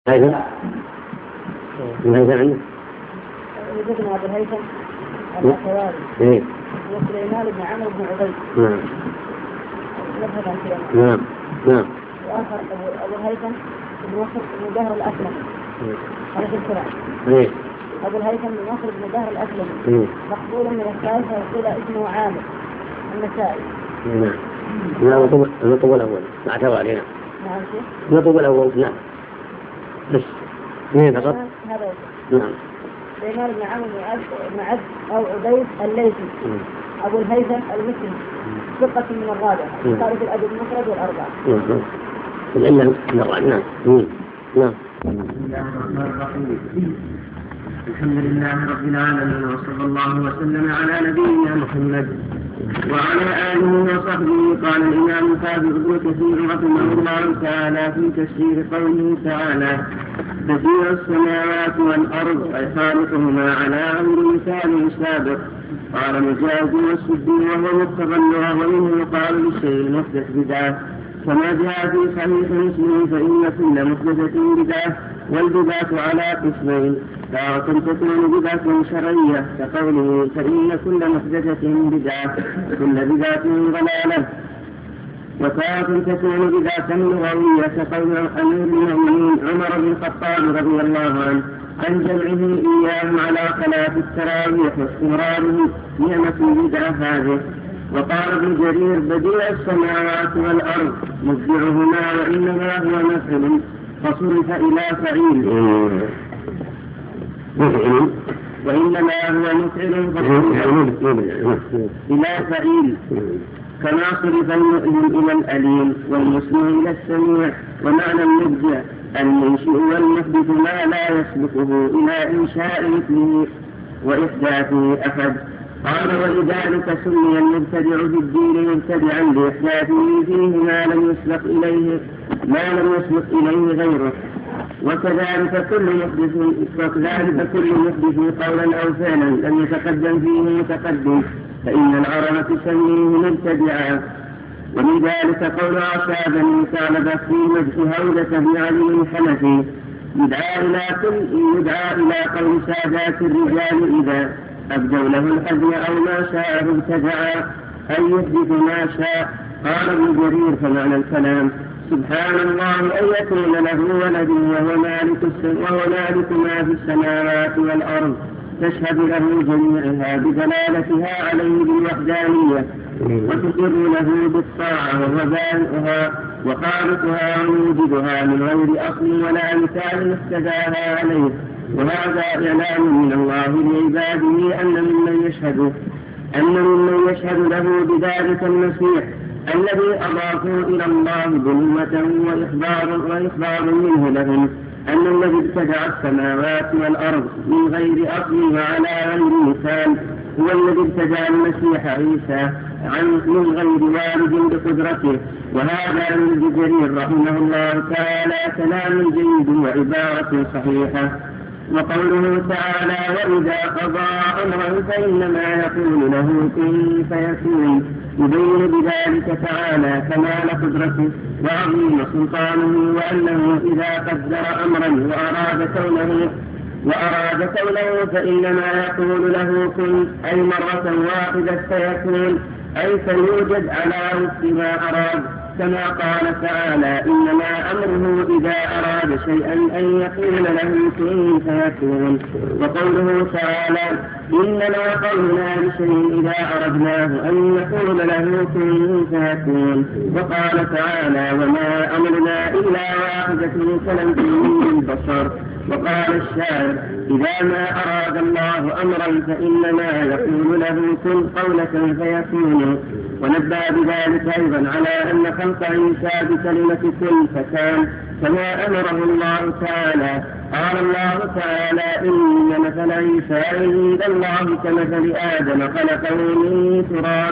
هذا من هذا عنه وجدنا أبو الهيثم الأخواري وسليمان بن عمرو بن عبيد. نعم نبهد عن سليمان. نعم نعم. وآخر أبو الهيثم بن وخر بن دهر الأسلم. هذا في الكرة. أبو الهيثم بن وخر بن دهر الأسلم مقبول من الثالثة وقيل اسمه عامر النسائي. نعم. نعم نطب الأول مع توالي. نعم. نعم شيخ. نطب الأول. نعم. بس اثنين فقط. هذا. نعم. سليمان بن عمرو بن عبد أو عبيد الليثي. أبو الهيثم المسلم ثقة من الرابعة. قال في الأدب المفرد والأربعة. العلة من الرابعة. نعم. نعم. بسم الله الرحمن الرحيم. الحمد لله رب العالمين وصلى الله وسلم على نبينا محمد وعلى آله وصحبه. قال الإمام الحافظ ابن كثير رحمه الله تعالى في تفسير قوله تعالى: بديع السماوات والأرض أي خالقهما على غير مثال سابق. قال مجاز والسدي وهو مقتضى اللغة، ومنه يقال للشيء المحدث بدعة كما جاء في صحيح مسلم: فإن كل محدثة بدعة. والبدعة على قسمين: تارة تكون بدعة شرعية كقوله: فإن كل محدثة بدعة كل بدعة ضلالة. وتارة تكون بدعة لغوية كقول أمير المؤمنين عمر بن الخطاب رضي الله عنه عن جمعه إياهم على صلاة التراويح واستمراره: نعمة بدعة هذه. وقال ابن جرير: بديع السماوات والأرض مبدعهما وإنما هو مفعل فصرف إلى فعيل، وإنما هو مفعل فصرف إلى فعيل، كما صرف المؤمن إلى الأليم والمسمع إلى السميع. ومعنى المبدع المنشئ والمحدث ما لا يسبقه إلى إنشاء مثله وإحداثه أحد. قال: ولذلك سمي المبتدع في الدين مبتدعا لإحداثه فيه ما لم يسبق إليه غيره. وكذلك كل محدث قولا أو فعلا لم يتقدم فيه متقدم، فإن العرب تسميه مبتدعا. ومن ذلك قول عصاب بن ثعلبة في مدح هودة بن علي الحنفي: يدعى إلى قول سادات الرجال إذا أبدوا له الحزن أو ما شاء ابتدعا، أن يحدث ما شاء. قال ابن جرير: فمعنى الكلام: سبحان الله أن يكون له ولد وهو مالك ما في السماوات والأرض، تشهد له جميعها بدلالتها عليه بالوحدانية، وتقر له بالطاعة وهو بارئها وخالقها وموجدها من غير أصل ولا مثال افتداها عليه. وهذا إعلان من الله لعباده أن ممن يشهد له بذلك المسيح الذي أضافوا إلى الله ظلمة وإخبار منه لهم أن الذي ابتدع السماوات والأرض من غير أصل وعلى غير مثال هو الذي ابتدع المسيح عيسى من غير والد بقدرته. وهذا من ابن جرير رحمه الله تعالى كلام جيد وعبارة صحيحة. وقوله تعالى: وإذا قضى أمرا فإنما يقول له كن فيكون، يبين بذلك تعالى كمال قدرته وعظيم سلطانه، وأنه إذا قدر أمرا وأراد كونه فإنما يقول له كن، أي مرة واحدة فيكون، أي فيوجد على وفق ما أراد، كما قال تعالى: إنما أمره إذا أراد شيئا أن يقول له كن فيكون. وقوله تعالى: إنما قولنا لشيء إذا أردناه أن يقول له كن فيكون. وقال تعالى: وما أمرنا إلا واحدة كلمح بالبصر. وقال الشاعر: إذا ما أراد الله أمرا فإنما يقول له كن قولة فيكون. ونبه بذلك أيضا على أن خلق عيسى بكلمة كن فكان، كما أمره الله تعالى. قال الله تعالى: إن مثل عيسى عند الله كمثل آدم خلقه من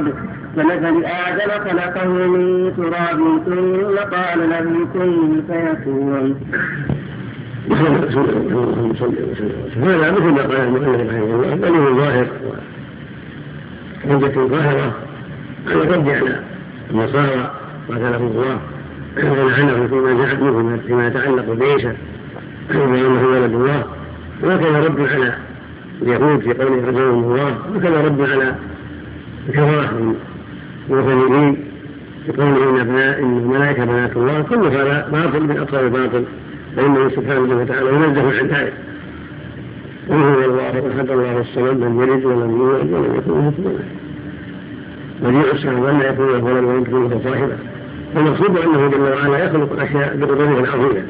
تراب ثم قال له كن فيكون. هذا مثل ما قال المؤلف رحمه الله: بل هو ظاهر حجة ظاهرة على الرد على النصارى قاتلهم الله ولعنهم فيما يتعلق بعيسى وأنه ولد الله، وكذا رد على اليهود في قوله رجل الله، وكذا رد على الكفرة والمعتزلين في قوله إن الملائكة بنات الله. كل هذا باطل من أطراف الباطل، فإنه سبحانه وتعالى ينزه عن ذلك. وهو الله أحد الله الصمد لم يلد ولم يولد ولم يكن له كفوا أحد. بديع السماوات لا يكون له ولد ولم يكن له صاحبة. فالمقصود أنه جل وعلا يخلق الأشياء بقدرته العظيمة.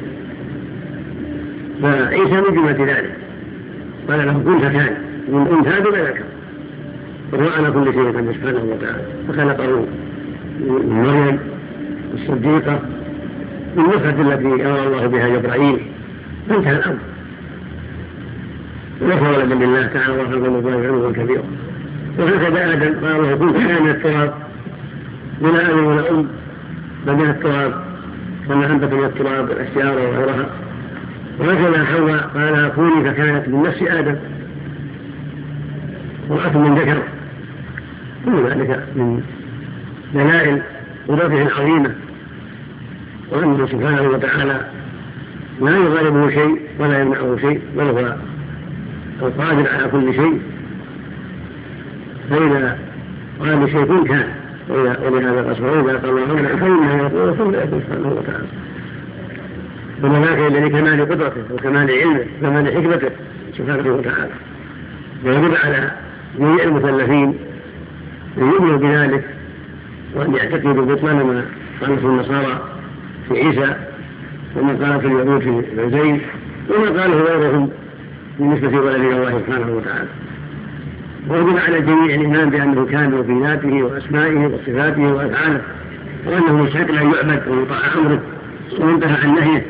فعيسى من جملة ذلك، قال له كن فكان، من أنثى بما ذكر، وهو على كل شيء قدير سبحانه وتعالى. فخلقه من مريم الصديقة بالنفخة التي أمر الله بها جبرائيل، فانتهى الأمر. وليس ولدا لله تعالى الله خلق الله علوا كبيرا. وهكذا آدم قال الله كن فكان من التراب، ولا أب ولا أم، بل من التراب، كما أنبت من التراب الأشجار وغيرها. وهكذا حواء قال كوني فكانت من نفس آدم، امرأة من ذكر. كل ذلك من دلائل قدرته العظيمة، وأنه سبحانه وتعالى لا يغالبه شيء ولا يمنعه شيء، بل هو القادر على كل شيء. فإذا قال لشيء كن كان، ولهذا القصر وإذا قال الله عنه فإنه يقول كن فيكون سبحانه وتعالى. وذلك الذي كمال قدرته وكمال علمه وكمال حكمته سبحانه وتعالى. ويجب على جميع المكلفين أن يؤمنوا بذلك، وأن يعتقدوا بطلان ما قالته النصارى في عيسى، وما قالت اليهود في عزيز، وما قاله غيرهم بالنسبة ولد الله سبحانه وتعالى. ويجب على الجميع الإيمان بأنه كامل في ذاته وأسمائه وصفاته وأفعاله، وأنه مستحق أن يعبد ويطاع أمره وينتهى عن نهيه.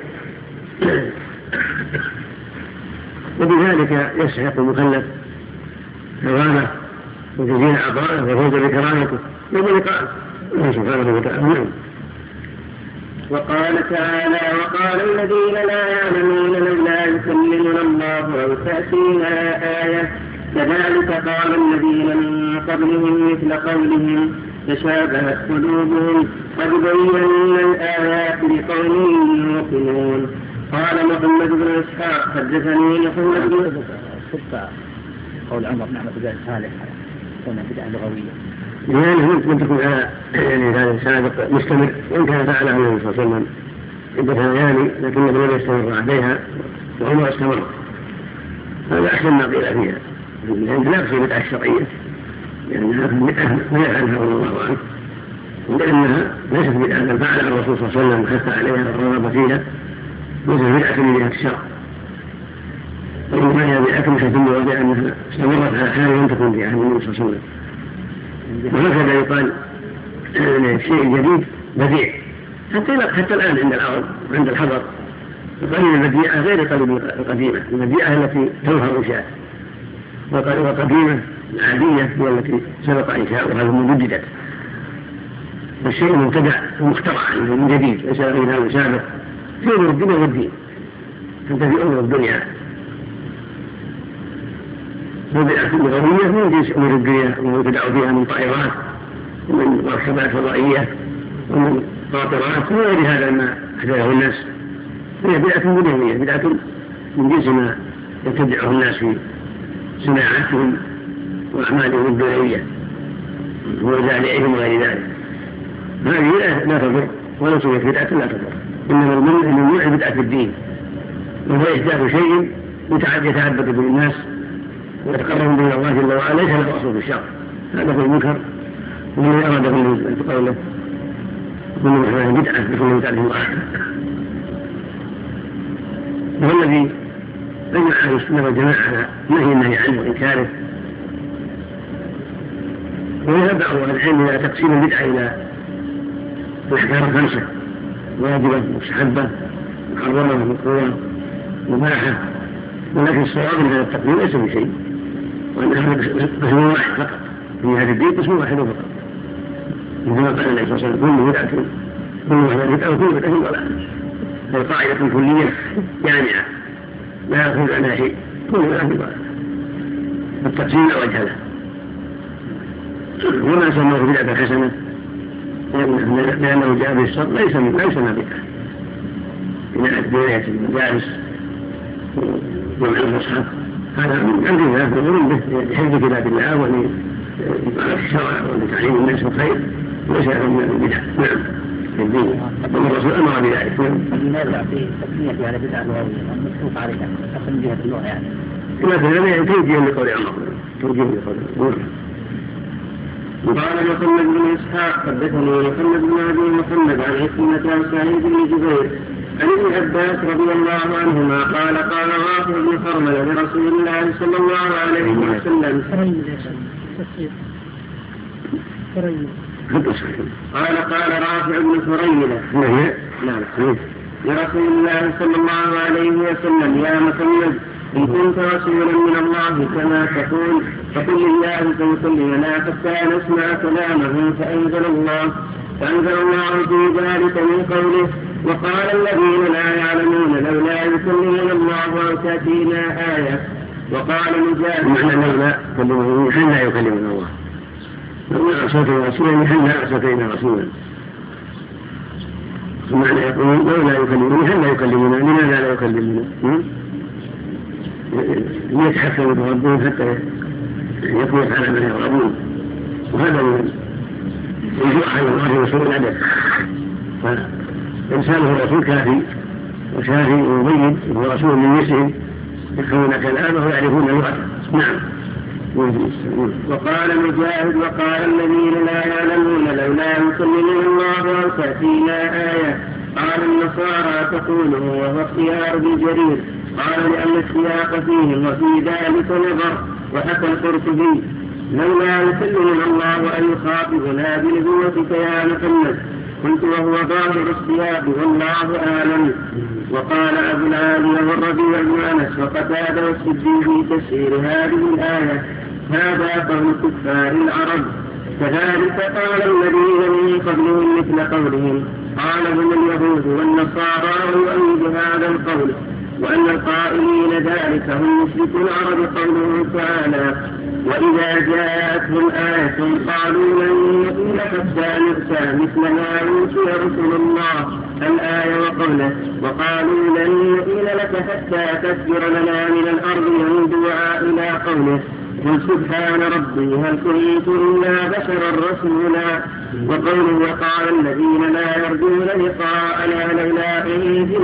وبذلك يستحق المكلف ثوابه وتزيين عطائه وفوز بكرامته يوم لقائه سبحانه وتعالى. وقال تعالى وقال الذين لا يعلمون لولا يكلمنا الله أو تأتينا آية كذلك قال الذين من قبلهم مثل قولهم تشابهت قلوبهم قد بينا الآيات لقوم يوقنون. قال محمد بن إسحاق حدثني محمد بن قول عمر نعمة بداية صالح كنا بداية لغوية يعني ممكن تكون على هذا سابق مستمر، وإن كان فعلها النبي صلى الله عليه وسلم عدة ليالي لكن النبي يستمر عليها وعمر استمر. هذا أحسن ما قيل فيها، لأن لا تصير بدعة الشرعية، لأنها بدعة ما يفعلها الله عنه، ولأنها ليست بدعة بل فعلها الرسول صلى الله عليه وسلم وحث عليها ورغب فيها، ليست بدعة من جهة الشرع. وإنما هي بدعة تدل بأنها استمرت على حال لم تكن في عهد النبي صلى الله عليه وسلم. وهكذا يقال الشيء الجديد بديع حتى الآن عند العرب وعند الحضر. القليل البديعة غير القليل القديمة، البديعة التي توهر إنشاء، والقديمة العادية هي التي سبق إنشاؤها ثم جددت. والشيء المبتدع ومخترع من جديد ليس غير هذا سابق في أمور الدنيا والدين، حتى في أمور الدنيا. وبدعة لغوية من جنس أمور الدنيا ويبدع فيها من طائرات ومن مركبات فضائية ومن قاطرات وغير هذا ما أحدثه الناس. هي بدعة دنيوية، بدعة من جنس ما يبتدعه الناس في صناعاتهم وأعمالهم الدنيوية وزارعهم وغير ذلك. هذه لا تضر ولا سميت بدعة لا تضر، إنما الممنوع بدعة في الدين، وهو إحداث شيء يتعبد به الناس ويتقرب به الله جل وعلا ليس له أصل في الشرع. هذا هو المنكر، ومن أراد أن تقول كل محدث بدعة بكل بدعة الله. وهو الذي أجمع أهل السنة والجماعة على النهي عنه وإنكاره. ويتبع أهل العلم إلى تقسيم البدعة إلى الأحكام الخمسة: واجبة، مستحبة، محرمة، مكروهة، مباحة. ولكن الصواب من هذا التقسيم ليس بشيء، وأنها قسم واحد فقط في هذا الدين، قسم واحد فقط، مثل ما قال النبي صلى الله عليه وسلم: كل بدعة كل بدعة وكل بدعة ضلالة. القاعدة كلية جامعة لا يخرج عنها شيء، كل بدعة ضلالة. التقسيم لا وجه له. وما سماه بدعة حسنة لأنه جاء بالشر ليس ما بدعة. بناية المدارس جمع المصحف هذا من عند الله مأمور به لحفظ كتاب الله ولإقامة الشرع ولتعليم الناس الخير وليس من البدع. نعم في الدين والرسول أمر بذلك. لماذا في تسمية على بدعة لغوية مصروف عليها أصلا من جهة اللغة يعني؟ كما في توجيه لقول عمر توجيه لقول عمر. قال محمد بن إسحاق حدثني محمد بن أبي محمد عن عكرمة عن سعيد بن جبير عن ابن عباس رضي الله عنهما قال قال رافع بن حرملة لرسول الله صلى الله عليه وسلم قال رافع بن حرملة لرسول الله صلى الله عليه وسلم يا محمد إن كنت رسولا من الله كما تقول فقل لله سيكلمنا حتى نسمع كلامه فأنزل الله في ذلك من قوله وقال الذين لا يعلمون لولا يكلمنا الله أو تأتينا آية. وقال مجاهد معنى لولا كلمه حين لا يكلمنا الله لولا أرسلتنا رسولا حين لا أرسلتنا رسولا معنى يقولون لولا يكلمنا حين لا يكلمنا لماذا لا يكلمنا ليتحكموا بربهم حتى يكون على ما يرغبون وهذا من يجوع على الله وسوء الأدب. فإنسان هو رسول كافي وشافي ومبين وهو رسول من جنسهم يفهمون كلامه ويعرفون لغته. نعم. وقال مجاهد وقال الذين لا يعلمون لولا يكلمنا الله أو تأتينا آية. قال النصارى تقوله وهو اختيار بالجرير. قال لأن السياق فيه وفي ذلك نظر. وحكى القرطبي لولا يكلمنا الله أن يخاطبنا بنبوتك يا محمد. قلت وهو ظاهر السياق والله أعلم. وقال أبو العالية والربيع بن أنس وقتادة والسدي في تفسير هذه الآية هذا قول كفار العرب. كذلك قال الذين من قبلهم مثل قولهم قال هم اليهود والنصارى ويؤيد هذا القول. وأن القائلين ذلك هم مشركو العرب قوله تعالى وإذا جاءتهم آية قالوا لن نؤمن حتى نؤتى مثل ما أوتي رسل الله الآية وقوله وقالوا لن نؤمن لك حتى تسجر لنا من الأرض ينبوعا إلى قوله قل سبحان ربي هل كنت إلا بشرا رسولا. وقوله وقال الذين لا يرجون لقاءنا لولا أنزل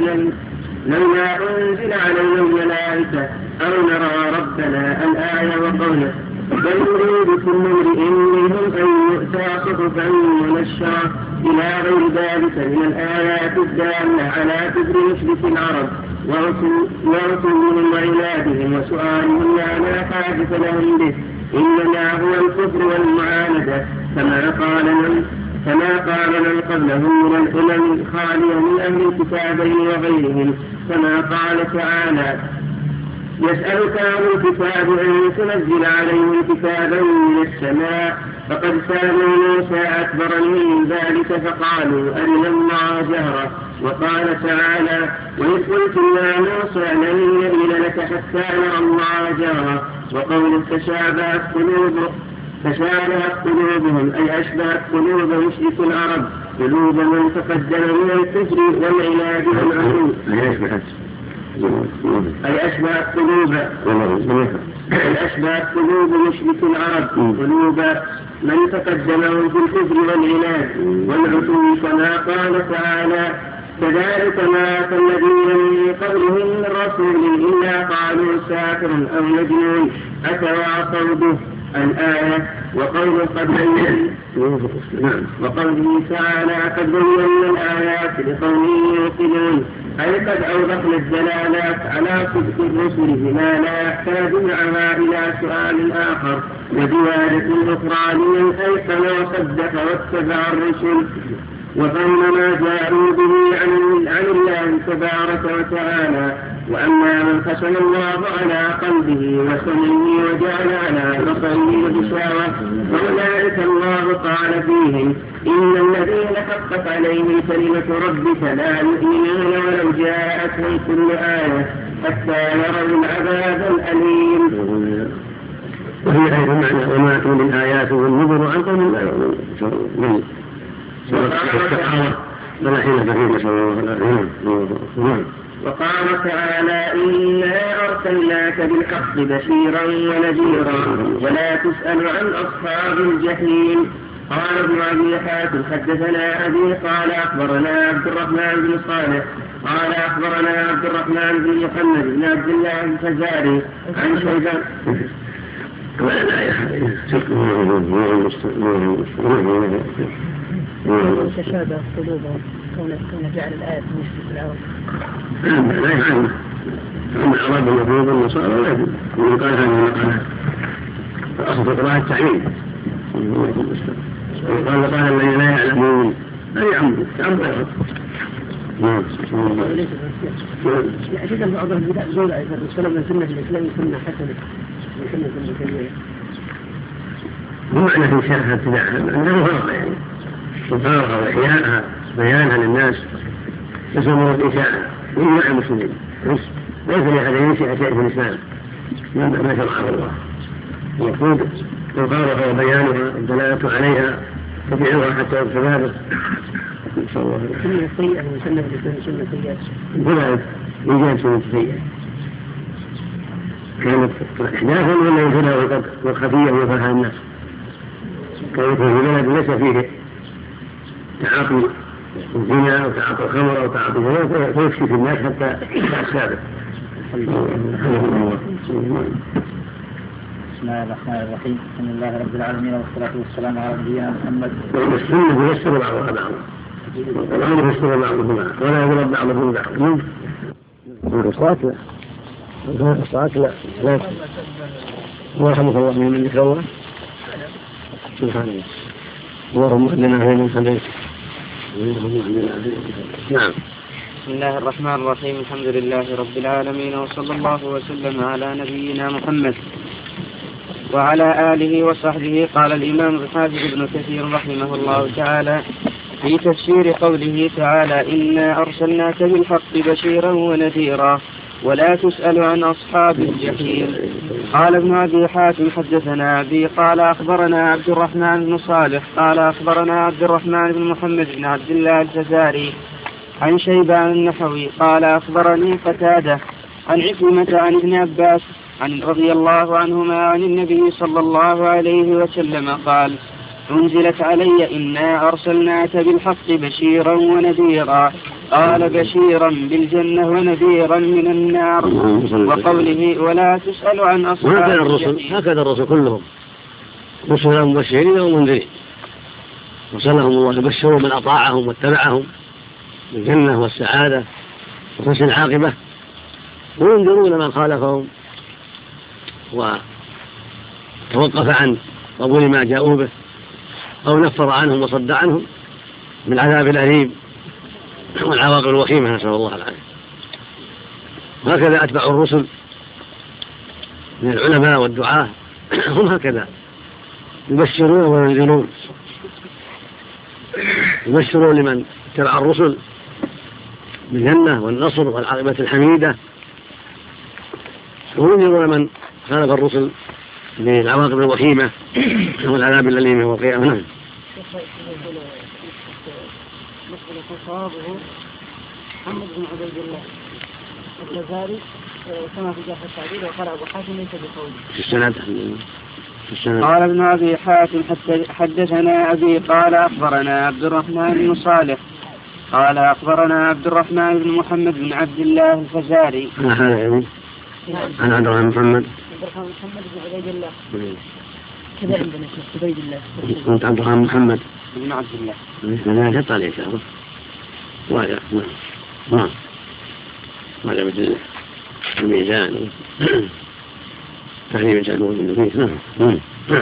علينا الملائكة أو نرى ربنا الآية وقوله بل يريد كل امرئ منهم أن يؤتى صحفا منشرة إلى غير ذلك من الآيات الدالة على كفر مشرك العرب ورسولهم وعنادهم وسؤالهم لا حاجة لهم به إنما هو الكفر والمعاندة كما قال من قبلهم من الأمم الخالية من أهل الكتابين وغيرهم كما قال تعالى يسألك أهل الكتاب أن تنزل عليهم كتابا من السماء فقد سألوا موسى أكبر من ذلك فقالوا أرنا الله جهرة. وقال تعالى وإذ قلتم يا موسى لن نؤمن لك حتى نرى الله جهرة. وقول تشابهت قلوبهم أي أشبهت قلوب مشرك العرب قلوب من تقدم من الكفر والعناد والعدو أي أشبهت قلوب مشرك العرب قلوب من تقدمهم في الكفر والعناد والعدو كما قال تعالى كذلك ما أتى الذين من قبلهم من رسول إلا قالوا ساحر أو مجنون أتواصوا به الآية. وقوله تعالى قد بينا الآيات لقوم يوقنون أي قد أوضحنا الدلالات على صدق الرسل بما لا يحتاج معها إلى سؤال آخر وزيادة أخرى لمن أيقن وصدق واتبع الرسل وفهم ما جاءوا به عن الله تبارك وتعالى. وأما من ختم الله على قلبه وسمعه وجعل على بصره غشاوة فأولئك الله قال فيهم إن الذين حقت عليهم كلمة ربك لا يؤمنون ولو جاءتهم كل آية حتى يروا العذاب الأليم. وهي أيضا معنى وما أتوا من آيات والنذر عن قوم لا يؤمنون من السحرة ولا حين فيه نسأل الله العافية. وقال تعالى إنا أرسلناك بالحق بشيرا ونذيرا ولا تسأل عن أصحاب الجحيم. قال ابن أبي حاتم حدثنا أبي قال أخبرنا عبد الرحمن بن صالح قال أخبرنا عبد الرحمن بن محمد بن عبد الله الفزاري عن شيبان. تشابه قلوبهم كون جعل الآية في العرب. لا يفعل. أما العرب المفروض النصارى لا يجب. من قال هذه المقالات فأصل القراءة التعليم. قال الذين لا يعلمون لا يعمل يعمل. أجد بعضهم بدأ زولة يفرسون من سنة الإسلام سنة حسنة وسنة سنة. مو معنى في شرح ابتداعها أنه فرق يعني وفارقها وإحياءها بيانها للناس يسمون الإشاعة من نوع المسلمين ليس لأحد ينشئ شيء في الإسلام ما شرعه الله. المفروض الفارقة وبيانها الدلالة عليها تبيعها حتى يكتبها سنة سيئة وسنة سنة سيئة هنا إيجاد سنة سيئة كانت إحداثا ولا ينزلها والخفية ويفعلها الناس كانت في بلد ليس فيه تعاطي الزنا أو تعاطي الخمر أو تعاطي الزنا فيفشي في الناس حتى السابق. بسم الله الرحمن الرحيم. الحمد لله رب العالمين والصلاة والسلام على نبينا محمد. السنة يفسر بعضها بعضا والأمر يفسر بعضهما ولا يضرب بعضهم بعض. الصلاة لا الصلاة لا ورحمة الله من ذكر الله سبحانه الله اللهم اهدنا فيمن هديت. نعم. بسم الله الرحمن الرحيم. الحمد لله رب العالمين وصلى الله وسلم على نبينا محمد وعلى آله وصحبه. قال الإمام الحافظ ابن كثير رحمه الله تعالى في تفسير قوله تعالى إنا أرسلناك بالحق بشيرا ونذيرا ولا تسأل عن أصحاب الجحيم. قال ابن أبي حاتم حدثنا أبي قال أخبرنا عبد الرحمن بن صالح قال أخبرنا عبد الرحمن بن محمد بن عبد الله الفزاري عن شيبان النحوي قال أخبرني قتادة عن عكرمة عن ابن عباس عن رضي الله عنهما عن النبي صلى الله عليه وسلم قال أنزلت علي إنا أرسلناك بالحق بشيرا ونذيرا قال بشيرا بالجنة ونذيرا من النار. وقوله ولا تسأل عن أصحاب الجحيم. هكذا الرسل كلهم رسلا مبشرين ومنذرين وصلهم الله يبشروا من أطاعهم واتبعهم بالجنة والسعادة وحسن العاقبة وينذرون من خالفهم وتوقف عن قبول ما جاءوا به أو نفر عنهم وصد عنهم من العذاب الأليم والعواقب الوخيمة نسأل الله العافية. وهكذا أتبع الرسل من العلماء والدعاة هم هكذا يبشرون وينذرون. يبشرون لمن اتبع الرسل بالجنة والنصر والعاقبة الحميدة وينذرون من خالف الرسل بالعواقب الوخيمة والعذاب الأليم والقيامة. محمد بن عبيد الله الفزاري كما في جرح التعديل وقال أبو حاتم ليس بقوله في السند. قال ابن أبي حاتم حدثنا أبي قال أخبرنا عبد الرحمن بن صالح قال أخبرنا عبد الرحمن بن محمد بن عبد الله الفزاري. هذا يعني أنا عبد الرحمن محمد بن عبيد الله كذا عندنا عبيد الله. أنت عبد الرحمن محمد بن عبد الله. لا شط عليه شعره واجع. نعم واجع مثل الميزان تحريم الجنوب النبي. نعم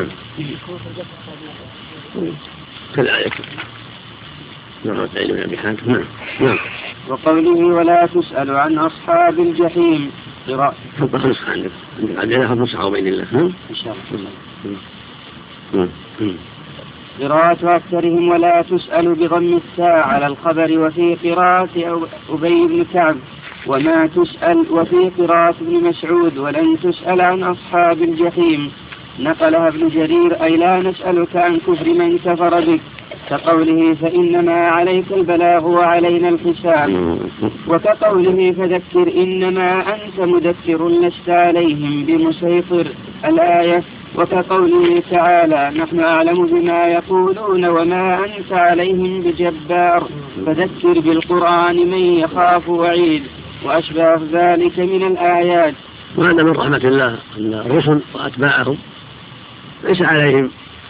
كذلك نعم تعلم أبي حاتم. نعم. وقوله ولا تسأل عن أصحاب الجحيم قراءة فقط نسخة عندك عندنا خط نسخة وبين الله إن شاء الله. قراءة أكثرهم ولا تسأل بضم التاء على الخبر وفي قراءة أبي بن كعب وما تسأل وفي قراءة ابن مسعود ولن تسأل عن أصحاب الجحيم. نقلها ابن جرير أي لا نسألك عن كفر من كفر بك كقوله فإنما عليك البلاغ وعلينا الحساب، وكقوله فذكر إنما أنت مذكر لست عليهم بمسيطر الآية، وكقوله تعالى نحن أعلم بما يقولون وما أنت عليهم بجبار فذكر بالقرآن من يخاف وعيد، وأشباه ذلك من الآيات. وهذا من رحمة الله أن الرسل وأتباعهم ليس عليهم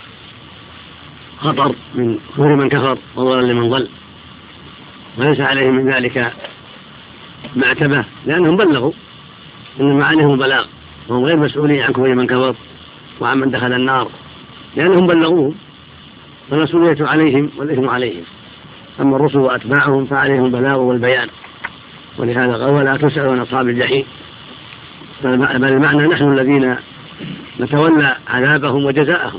خطر من كفر من كفر وضلال لمن ضل، وليس عليهم من ذلك معتبة لأنهم بلغوا، إنما عليهم البلاغ وهم غير مسؤولين عن كفر من كفر وعن من دخل النار، لأنهم بلغوهم فالمسؤولية عليهم والإثم عليهم. أما الرسل وأتباعهم فعليهم البلاغ والبيان، ولهذا قال ولا تسأل عن أصحاب الجحيم، بل المعنى نحن الذين نتولى عذابهم وجزاءهم.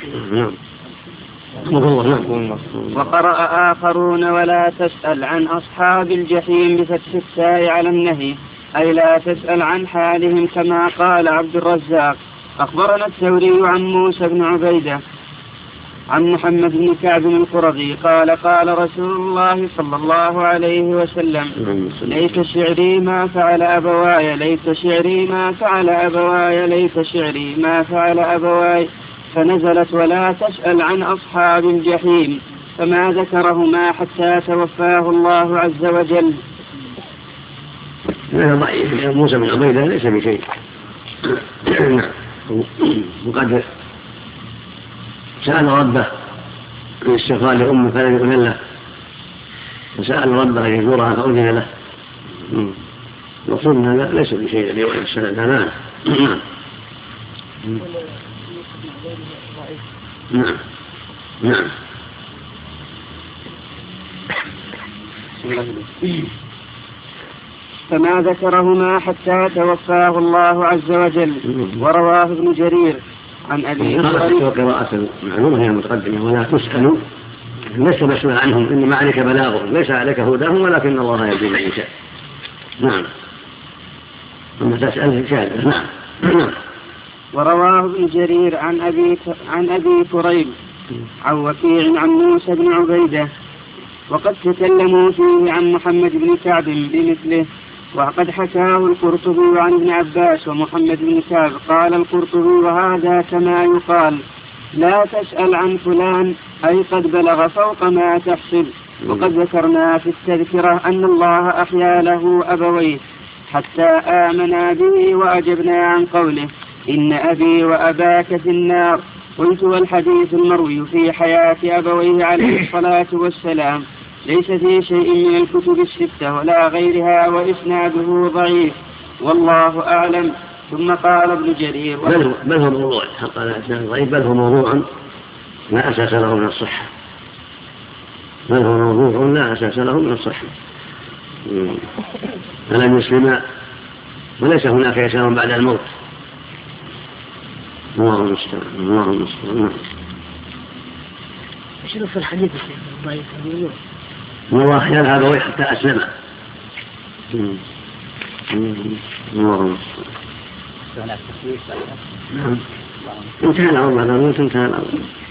وقرأ آخرون ولا تسأل عن أصحاب الجحيم بفتح التاء على النهي، أي لا تسأل عن حالهم، كما قال عبد الرزاق أخبرنا الثوري عن موسى بن عبيدة عن محمد بن كعب القرظي قال قال رسول الله صلى الله عليه وسلم ليت شعري ما فعل أبواي، ليت شعري ما فعل أبواي، ليت شعري ما فعل أبواي، فنزلت ولا تسأل عن أصحاب الجحيم، فما ذكرهما حتى توفاه الله عز وجل. موسى بن عبيدة ليس بشيء، وقد سأل ربه من استغفار لأمه فلم يؤذن له، وسأل ربه أن يزورها فأذن له. المقصود أن هذا ليس بشيء الذي وإن السنة نعم. نعم نعم. فما ذكرهما حتى توفاه الله عز وجل. ورواه ابن جرير عن أبي قراءة معلومة هي المتقدمة ولا تسأل ليس مسؤول عنهم، إنما عليك بلاغهم، ليس عليك هداهم ولكن الله يهدي من يشاء. نعم. ثم تسأل شاهد. نعم. ورواه ابن جرير عن أبي كريب عن وكيع عن موسى بن عبيدة، وقد تكلموا فيه عن محمد بن كعب بمثله، وقد حكاه القرطبي عن ابن عباس ومحمد بن كعب. قال القرطبي وهذا كما يقال لا تسأل عن فلان، أي قد بلغ فوق ما تحسب. وقد ذكرنا في التذكرة أن الله أحيا له أبويه حتى آمنا به وأجبنا عن قوله إن أبي وأباك في النار. قلت والحديث المروي في حياة أبويه عليه الصلاة والسلام ليس في شيء من الكتب الستة ولا غيرها، وإسناده ضعيف والله أعلم. ثم قال ابن جرير بل هو موضوع، قال إسناده ضعيف، بل هو موضوع لا أساس له من الصحة، بل هو موضوع لا أساس له من الصحة. فلم يسلم وليس هناك يسلم بعد الموت. الله المستعان. ايش في الحديث الضعيف؟ الله أحيا الأبوين حتى أسلم. الله المستعان. انتهى الأمر بعد الموت، انتهى الأمر.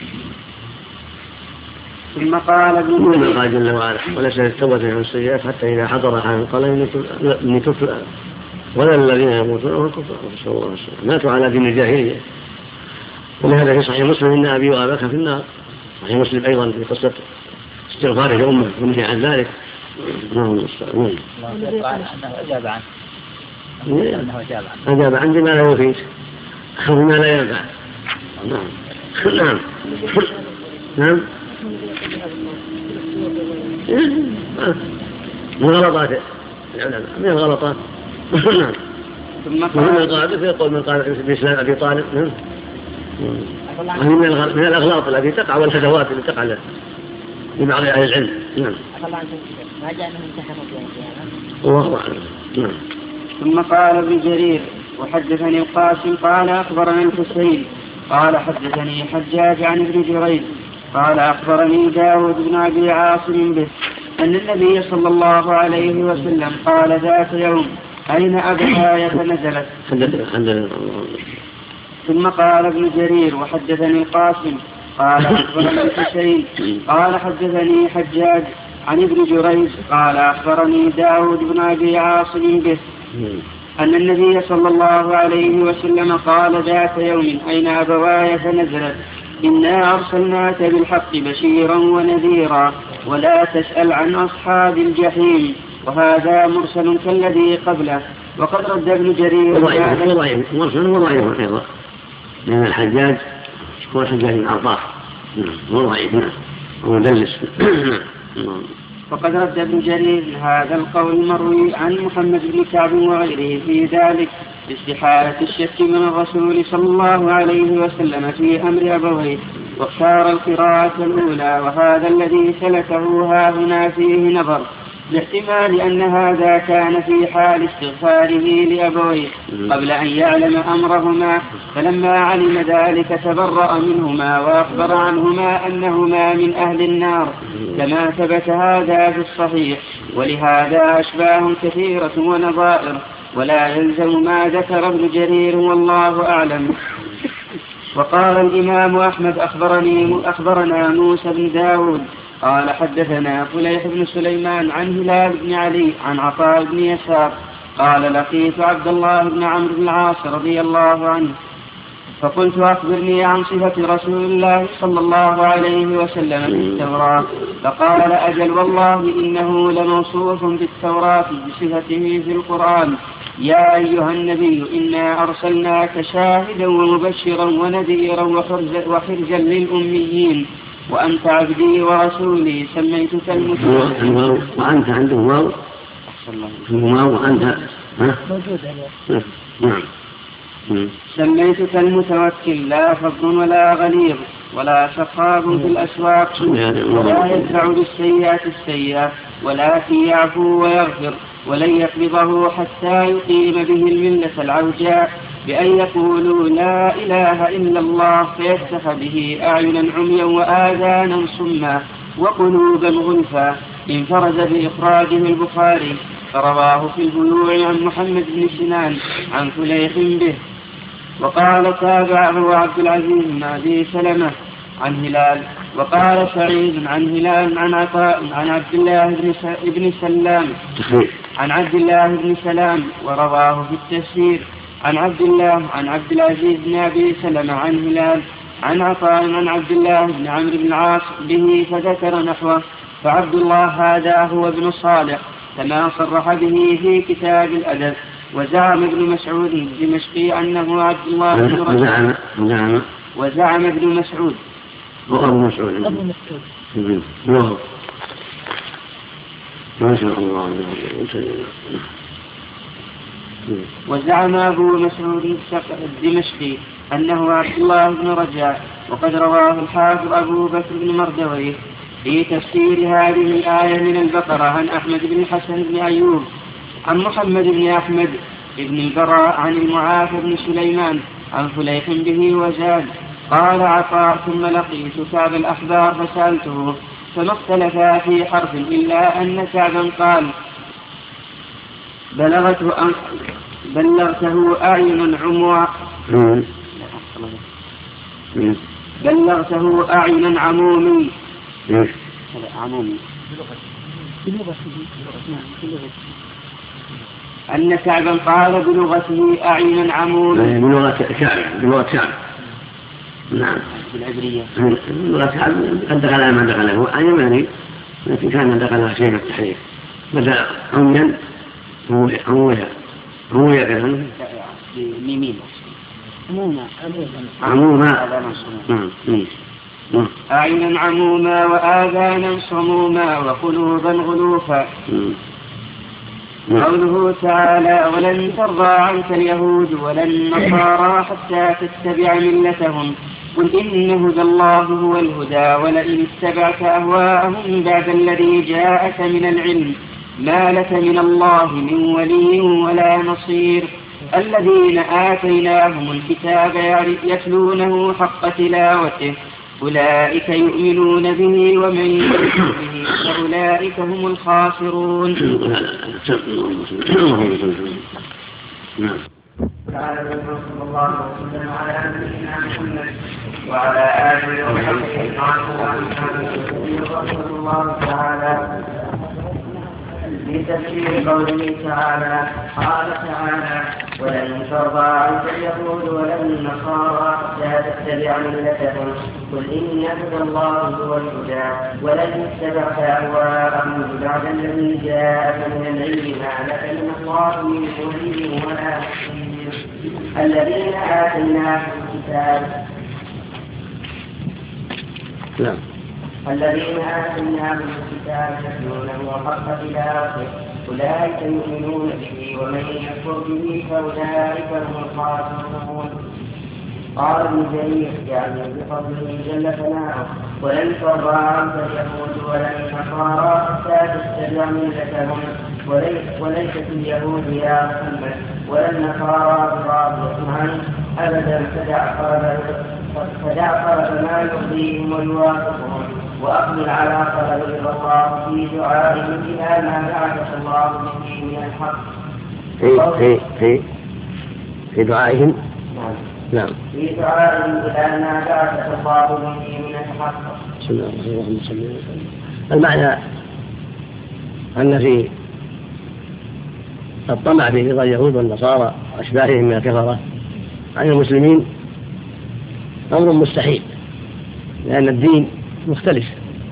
ثم قال ابن قال جل وعلا وليس للتوبة عن السيئات حتى إذا حضر أحدهم قال إني تبت ولا الذين يموتون وهم كفار نسأل الله السلامة ماتوا على دين الجاهلية. ولهذا في صحيح مسلم إن أبي وأباك في النار. صحيح مسلم أيضا في قصة استغفاره لأمه ونهي عن ذلك. أجاب عن بما لا يفيد أو بما لا ينفع. نعم من غلطات العلماء، من الغلطات. ثم قال يقول من قال بإسلام أبي طالب من الأغلاط التي تقع والفدوات التي تقع لبعض أهل العلم. نعم. ما جاء من تحرك الله أعلم. نعم. ثم قال ابن جرير وحدثني القاسم قال أخبرنا الحسين قال حدثني حجاج عن ابن جريج قال أخبرني داود بن أبي عاصم به أن النبي صلى الله عليه وسلم قال ذات يوم أين أبواي فنزلت. ثم قال ابن جرير وحدثني القاسم قال أخبرني الحسين قال حدثني حجاج عن ابن جريج قال أخبرني داود بن أبي عاصم به أن النبي صلى الله عليه وسلم قال ذات يوم أين أبواي فنزلت إنا أرسلناك بالحق بشيرا ونذيرا ولا تسأل عن أصحاب الجحيم. وهذا مرسل كالذي قبله. وقد رد ابن جرير مرسل وضعيف أيضا لأن الحجاج هو الحجاج بن عطاء وضعيف ومدلس. وقد رد ابن جرير هذا القول المروي عن محمد بن كعب وغيره في ذلك باستحالة الشك من الرسول صلى الله عليه وسلم في أمر أبويه واختار القراءة الأولى. وهذا الذي سلكه ها هنا فيه نظر لاحتمال أن هذا كان في حال استغفاره لأبويه قبل أن يعلم أمرهما فلما علم ذلك تبرأ منهما وأخبر عنهما أنهما من أهل النار كما ثبت هذا في الصحيح. ولهذا أشباه كثيرة ونظائر ولا يلزم ما ذكر ابن جرير والله أعلم. وقال الإمام أحمد أخبرنا موسى بن داود قال حدثنا فليح بن سليمان عن هلال بن علي عن عطاء بن يسار قال لقيت عبد الله بن عمرو بن العاص رضي الله عنه فقلت أخبرني عن صفة رسول الله صلى الله عليه وسلم في التوراة فقال أجل والله إنه لموصوف بالتوراة بصفته في القرآن يا أيها النبي إنا أرسلناك شاهدا ومبشرا ونذيرا وحرزا للأميين وأنت عبدي ورسولي سميتك المتوكل. وأنت عنده واو وأنت سميتك المتوكل لا فض ولا غليظ ولا سخاب في الأسواق ولا يدفع بالسيئات السيئة ولكن يعفو ويغفر ولن يقبضه حتى يقيم به الملة العوجاء بأن يقولوا لا إله إلا الله فيفتح به أعينا عميا وآذانا صما وقلوبا غلفا. انفرد بإخراجه البخاري فرواه في البيوع عن محمد بن سنان عن فليح به. وقال تابعه عبد العزيز بن أبي سلمة عن هلال. وقال سعيد عن هلال عن عطاء عن عبد الله بن سلام عن عبد الله بن سلام ورواه في التفسير عن عبد العزيز بن أبي سلمة عن هلال عن عطاء عن عبد الله بن عمرو بن العاص به فذكر نحوه. فعبد الله هذا هو ابن صالح كما صرح به في كتاب الأدب. وزعم ابن مسعود الدمشقي أنه عبد الله بن رجاء وزعم ابن مسعود ما شاء الله. وزعم أبو مسعود الدمشقي أنه عبد الله بن رجاء. وقد رواه الحافظ أبو بكر بن مردويه في تفسير هذه الآية من البقرة عن أحمد بن حسن بن أيوب عن محمد بن أحمد بن البراء عن المعافى بن سليمان عن فليح به وزاد. قال عطاء ثم لقيت كعب الأحبار فسألته فما اختلفا في حرف إلا أن كعبا قال بلغته أعين عمومي أن كعبا قال بلغته أعين عمومي بلغة شعب نعم بالعبرية بلغة شعب قد دخل ما دخله عن يماني لكن كان دخلها شيء التحريف بدأ عميا روية كذا بميمين عموما أعينا عموما وآذانا صموما وقلوبا غلوفا. قوله تعالى ولن ترضى عنك اليهود ولا النصارى حتى تتبع ملتهم قل إن هدى الله هو الهدى ولئن اتبعت أهواءهم بعد الذي جاءك من العلم ما لك من الله من ولي ولا نصير. الذين آتيناهم الكتاب يتلونه حق تلاوته أولئك يؤمنون به ومن يؤمن به فأولئك هم الخاسرون. تعالى صلى الله وسلم على نبينا محمد وعلى آله وصحبه رحمه الله تعالى في تفسير قوله تعالى قال تعالى ولن ترضى عنك اليهود ولا النصارى حتى تتبع ملتهم قل إن هدى الله هو الهدى ولن اتبعت أهواءهم بعد الذي جاءك من العلم ما لك من الله من ولي ولا نصير الذين آتيناهم الكتاب الذين آتيناهم الكتاب يتلونه حق تلاوته أولئك يؤمنون به ومن يكفر به فأولئك هم الخاسرون. قال ابن جرير يعني بفضله جل ثناؤه ولن ترضى عنك اليهود ولا النصارى حتى تتبع ملتهم وليست اليهود يا محمد ولا النصارى براضية عنه أبدا فدع ما يرضيهم ويوافقهم وأقبل على طلب الله في دعائهم إلى ما بعث الله به من الحق. في دعائهم نعم في دعائهم إلى ما بعث الله به من الحق. بسم الله الرحمن الرحيم. المعنى أن في الطمع في رضا اليهود والنصارى وأشباههم من الكفرة عن المسلمين أمر مستحيل، لأن الدين مختلف،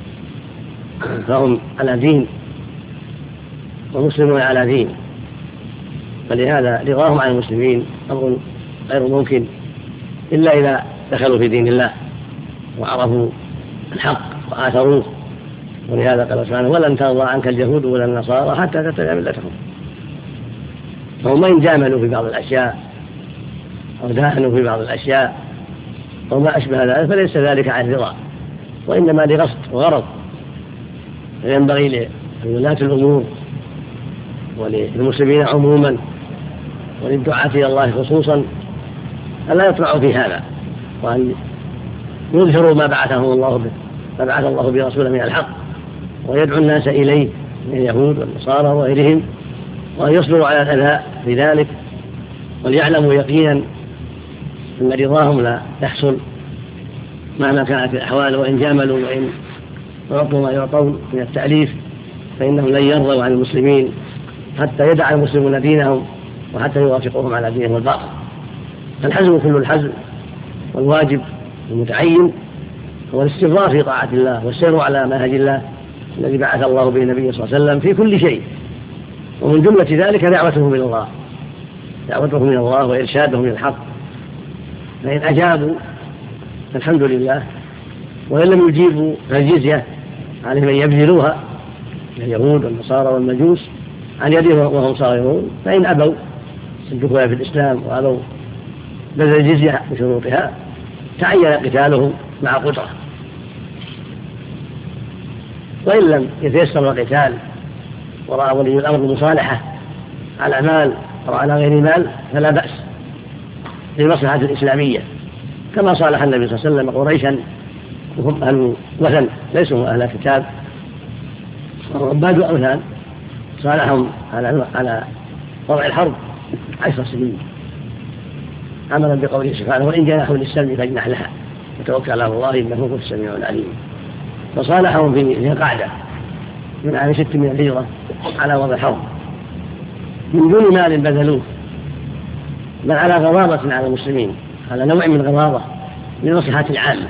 فهم على دين والمسلمون على دين، فلهذا رضاهم عن المسلمين أمر غير ممكن إلا إذا دخلوا في دين الله وعرفوا الحق وآثروه. ولهذا قال سبحانه ولن ترضى عنك اليهود ولا النصارى حتى تتبع ملتهم. فهم إن جاملوا في بعض الأشياء أو داهنوا في بعض الأشياء أو ما أشبه ذلك فليس ذلك عن رضا، وإنما لقصد وغرض. فينبغي لولاة الأمور وللمسلمين عموما وللدعاة إلى الله خصوصا ألا يطمعوا في هذا، وأن يظهروا ما بعث الله برسوله من الحق ويدعو الناس إليه من اليهود والنصارى وغيرهم، وأن يصبروا على الأذى في ذلك، وليعلموا يقينا أن رضاهم لا يحصل مهما كانت الأحوال، وإن جاملوا وإن يعطوا ما يعطون من التأليف فإنهم لن يرضوا عن المسلمين حتى يدع المسلمون دينهم وحتى يوافقوهم على دينهم الباطل. فالحزم كل الحزم، والواجب المتعين هو الاستمرار في طاعة الله والسير على منهج الله الذي بعث الله به النبي صلى الله عليه وسلم في كل شيء، ومن جملة ذلك دعوتهم من الله وإرشادهم من الحق. فإن أجابوا الحمد لله، وإن لم يجيبوا فالجزية على من يبذلوها من اليهود والنصارى والمجوس عن يدهم وهم صاغرون. فإن أبوا الدخول في الإسلام وأبوا بذل الجزية بشروطها تعين قتالهم مع قدرة، وإن لم يتيسر القتال ورأى ولي الأمر المصالحة على مال أو على غير مال فلا بأس للمصلحة الإسلامية، كما صالح النبي صلى الله عليه وسلم قريشا وهم أهل وثن ليسوا أهل كتاب وعباد أوثان، صالحهم على وضع الحرب 10 سنين عملا بقوله سبحانه وإن جنحوا للسلم فاجنح لها وتوكل على الله إنه هو السميع العليم. فصالحهم في قاعدة من عام 6 من الهجرة على وضع الحرب من دون مال بذلوه، بل على غضاضة على المسلمين، على نوع من غضاضة للمصلحة العامة.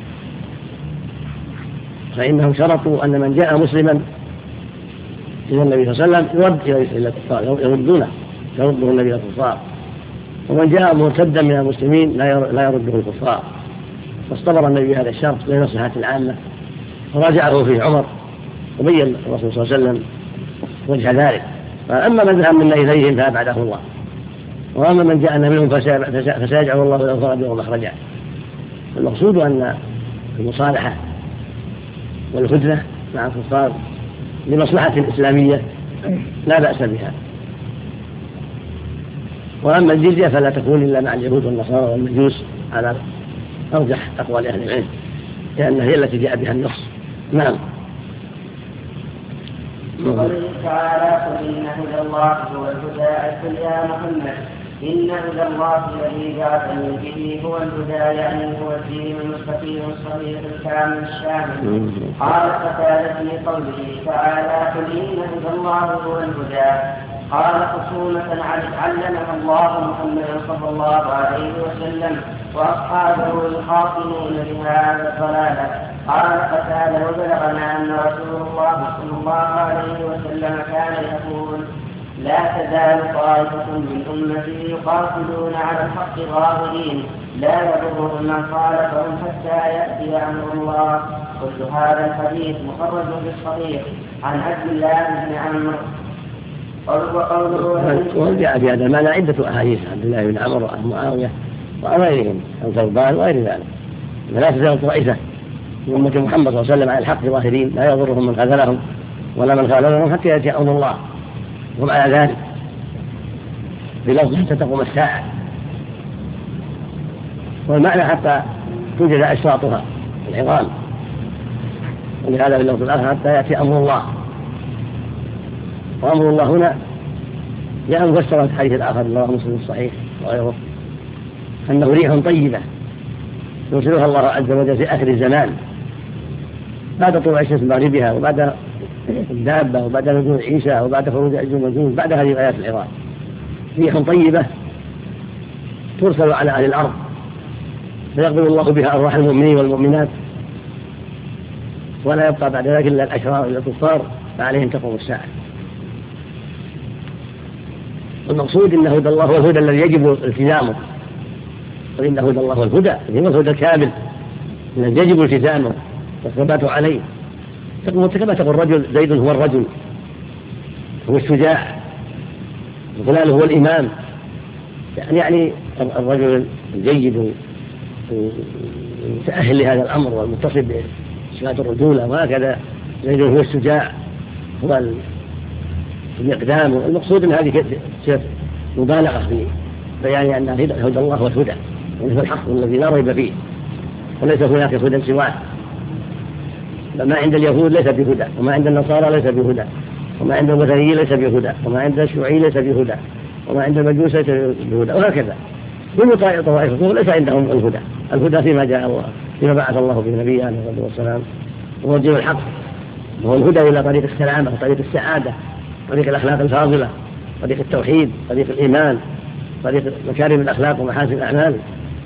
فإنهم شرطوا أن من جاء مسلما إلى النبي صلى الله عليه وسلم يرد إلى الكفار، يرده النبي إلى الكفار، ومن جاء مرتدا من المسلمين لا يرده الكفار. فاصطبر النبي هذا الشرط للمصلحة العامة فراجعه فيه عمر، وبين الرسول صلى الله عليه وسلم وجه ذلك. فأما من ذهب منا إليهم فأبعده الله، وأما من جاءنا منهم فسيجعل الله له فرجا ومخرجا. المقصود أن المصالحة والهدنة مع الكفار لمصلحة إسلامية لا بأس بها. وأما الجزية فلا تكون إلا مع اليهود والنصارى والمجوس على أرجح أقوال أهل العلم، لأنها هي التي جاء بها النص. نعم. وقوله تعالى قل إن هدى الله هو الهدى قل يا محمد إن هدى الله الذي بعثني به هو الهدى، يعني هو الدين المستقيم الصحيح الكامل الشامل. قال قتادة في قوله تعالى قل إن هدى الله هو الهدى، قال خصومة علمها الله محمدا صلى الله عليه وسلم وأصحابه الخاصمون بهذا الضلالة. قال قتادة وبلغنا أن رسول الله صلى الله عليه وسلم كان يقول لا تزال طائفة من أمتي يقاتلون على الحق ظاهرين لا يضرهم من خالفهم حتى يأتي أمر الله. كل هذا الحديث مخرج في الصحيح عن عبد الله بن عمرو. وجاء في هذا المعنى عدة أحاديث عبد الله بن عمرو وعن معاوية وغيرهم عن ثوبان وغير ذلك. لا تزال طائفة من أمة محمد صلى الله عليه وسلم على الحق ظاهرين لا يضرهم من خذلهم ولا من خالفهم حتى يأتي أمر الله. هم على ذلك بلفظ حتى تقوم الساعة، والمعنى حتى توجد أشراطها العظام، ولهذا باللفظ الآخر حتى يأتي أمر الله. وأمر الله هنا جاء مفسرا في الحديث الآخر رواه مسلم الصحيح وغيره أنه ريح طيبة يرسلها الله عز وجل في آخر الزمان بعد طلوع الشمس مغربها وبعد الدابة وبعد نزول عيسى وبعد خروج يأجوج ومأجوج بعد هذه الآيات العظام. ريح طيبة ترسل على أهل الأرض فيقبل الله بها أرواح المؤمنين والمؤمنات، ولا يبقى بعد ذلك إلا الأشرار إلا الكفار فعليهم تقوم الساعة. والمقصود إن هدى الله هو الهدى الذي يجب التزامه، وإن هدى الله هو الهدى هو الهدى الكامل الذي يجب التزامه والثبات عليه. كما تقول الرجل زيد هو الرجل، هو الشجاع، وفلان هو الإمام، يعني الرجل الجيد المتأهل لهذا الأمر والمتصف بصفات الرجولة، وهكذا زيد هو الشجاع هو الإقدام. والمقصود أن هذه مبالغة في بيان أن هدى الله هو الهدى وهو الحق الذي لا ريب فيه، وليس هناك هدى سواه. ما عند اليهود ليس بهدى، وما عند النصارى ليس بهدى، وما عند الوثنيين ليس بهدى، وما عند الشيوعي ليس بهدى، وما عند المجوس ليس بهدى، وهكذا كل طائفة ليس عندهم الهدى. الهدى فيما جاء الله، فيما بعث الله به نبيه عليه الصلاة والسلام، وهو دين الحق، وهو الهدى إلى طريق السلامة، طريق السعادة، طريق الأخلاق الفاضلة، طريق التوحيد، طريق الإيمان، طريق مكارم الأخلاق ومحاسن الأعمال.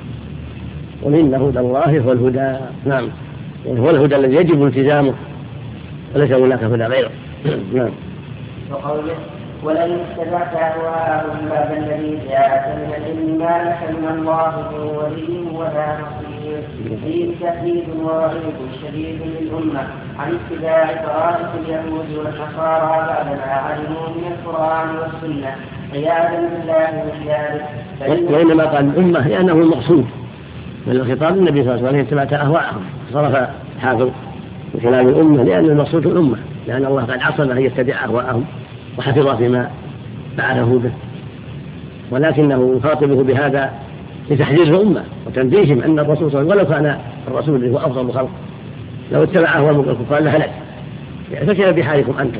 وإن هدى الله هو الهدى. نعم، هو الهدى الذي يجب التزامه وليس هناك هدى غيره. نعم. وقوله ولئن اتبعت أهواءهم بعد الذي جاءك من العلم ما لك من الله من ولي ولا نصير. فيه تهديد ووعيد شديد للأمة عن اتباع طائفة اليهود والنصارى بعد ما علموا من القرآن والسنة عياذا بالله من ذلك. وإنما قال الأمة لأنه المقصود من الخطاب النبي صلى الله عليه وسلم اتبعت أهواءهم، صرف حافظ من كلام الأمة لأن المقصود الأمة، لأن الله قد عصم أن يتبع أهواءهم وحفظ فيما فعله به، ولكنه يخاطبه بهذا لتحذير الأمة وتنبيههم أن الرسول صلى الله عليه وسلم ولو كان الرسول هو أفضل الخلق لو اتبع أهواء الكفار لهلك، فكيف بحالكم أنتم؟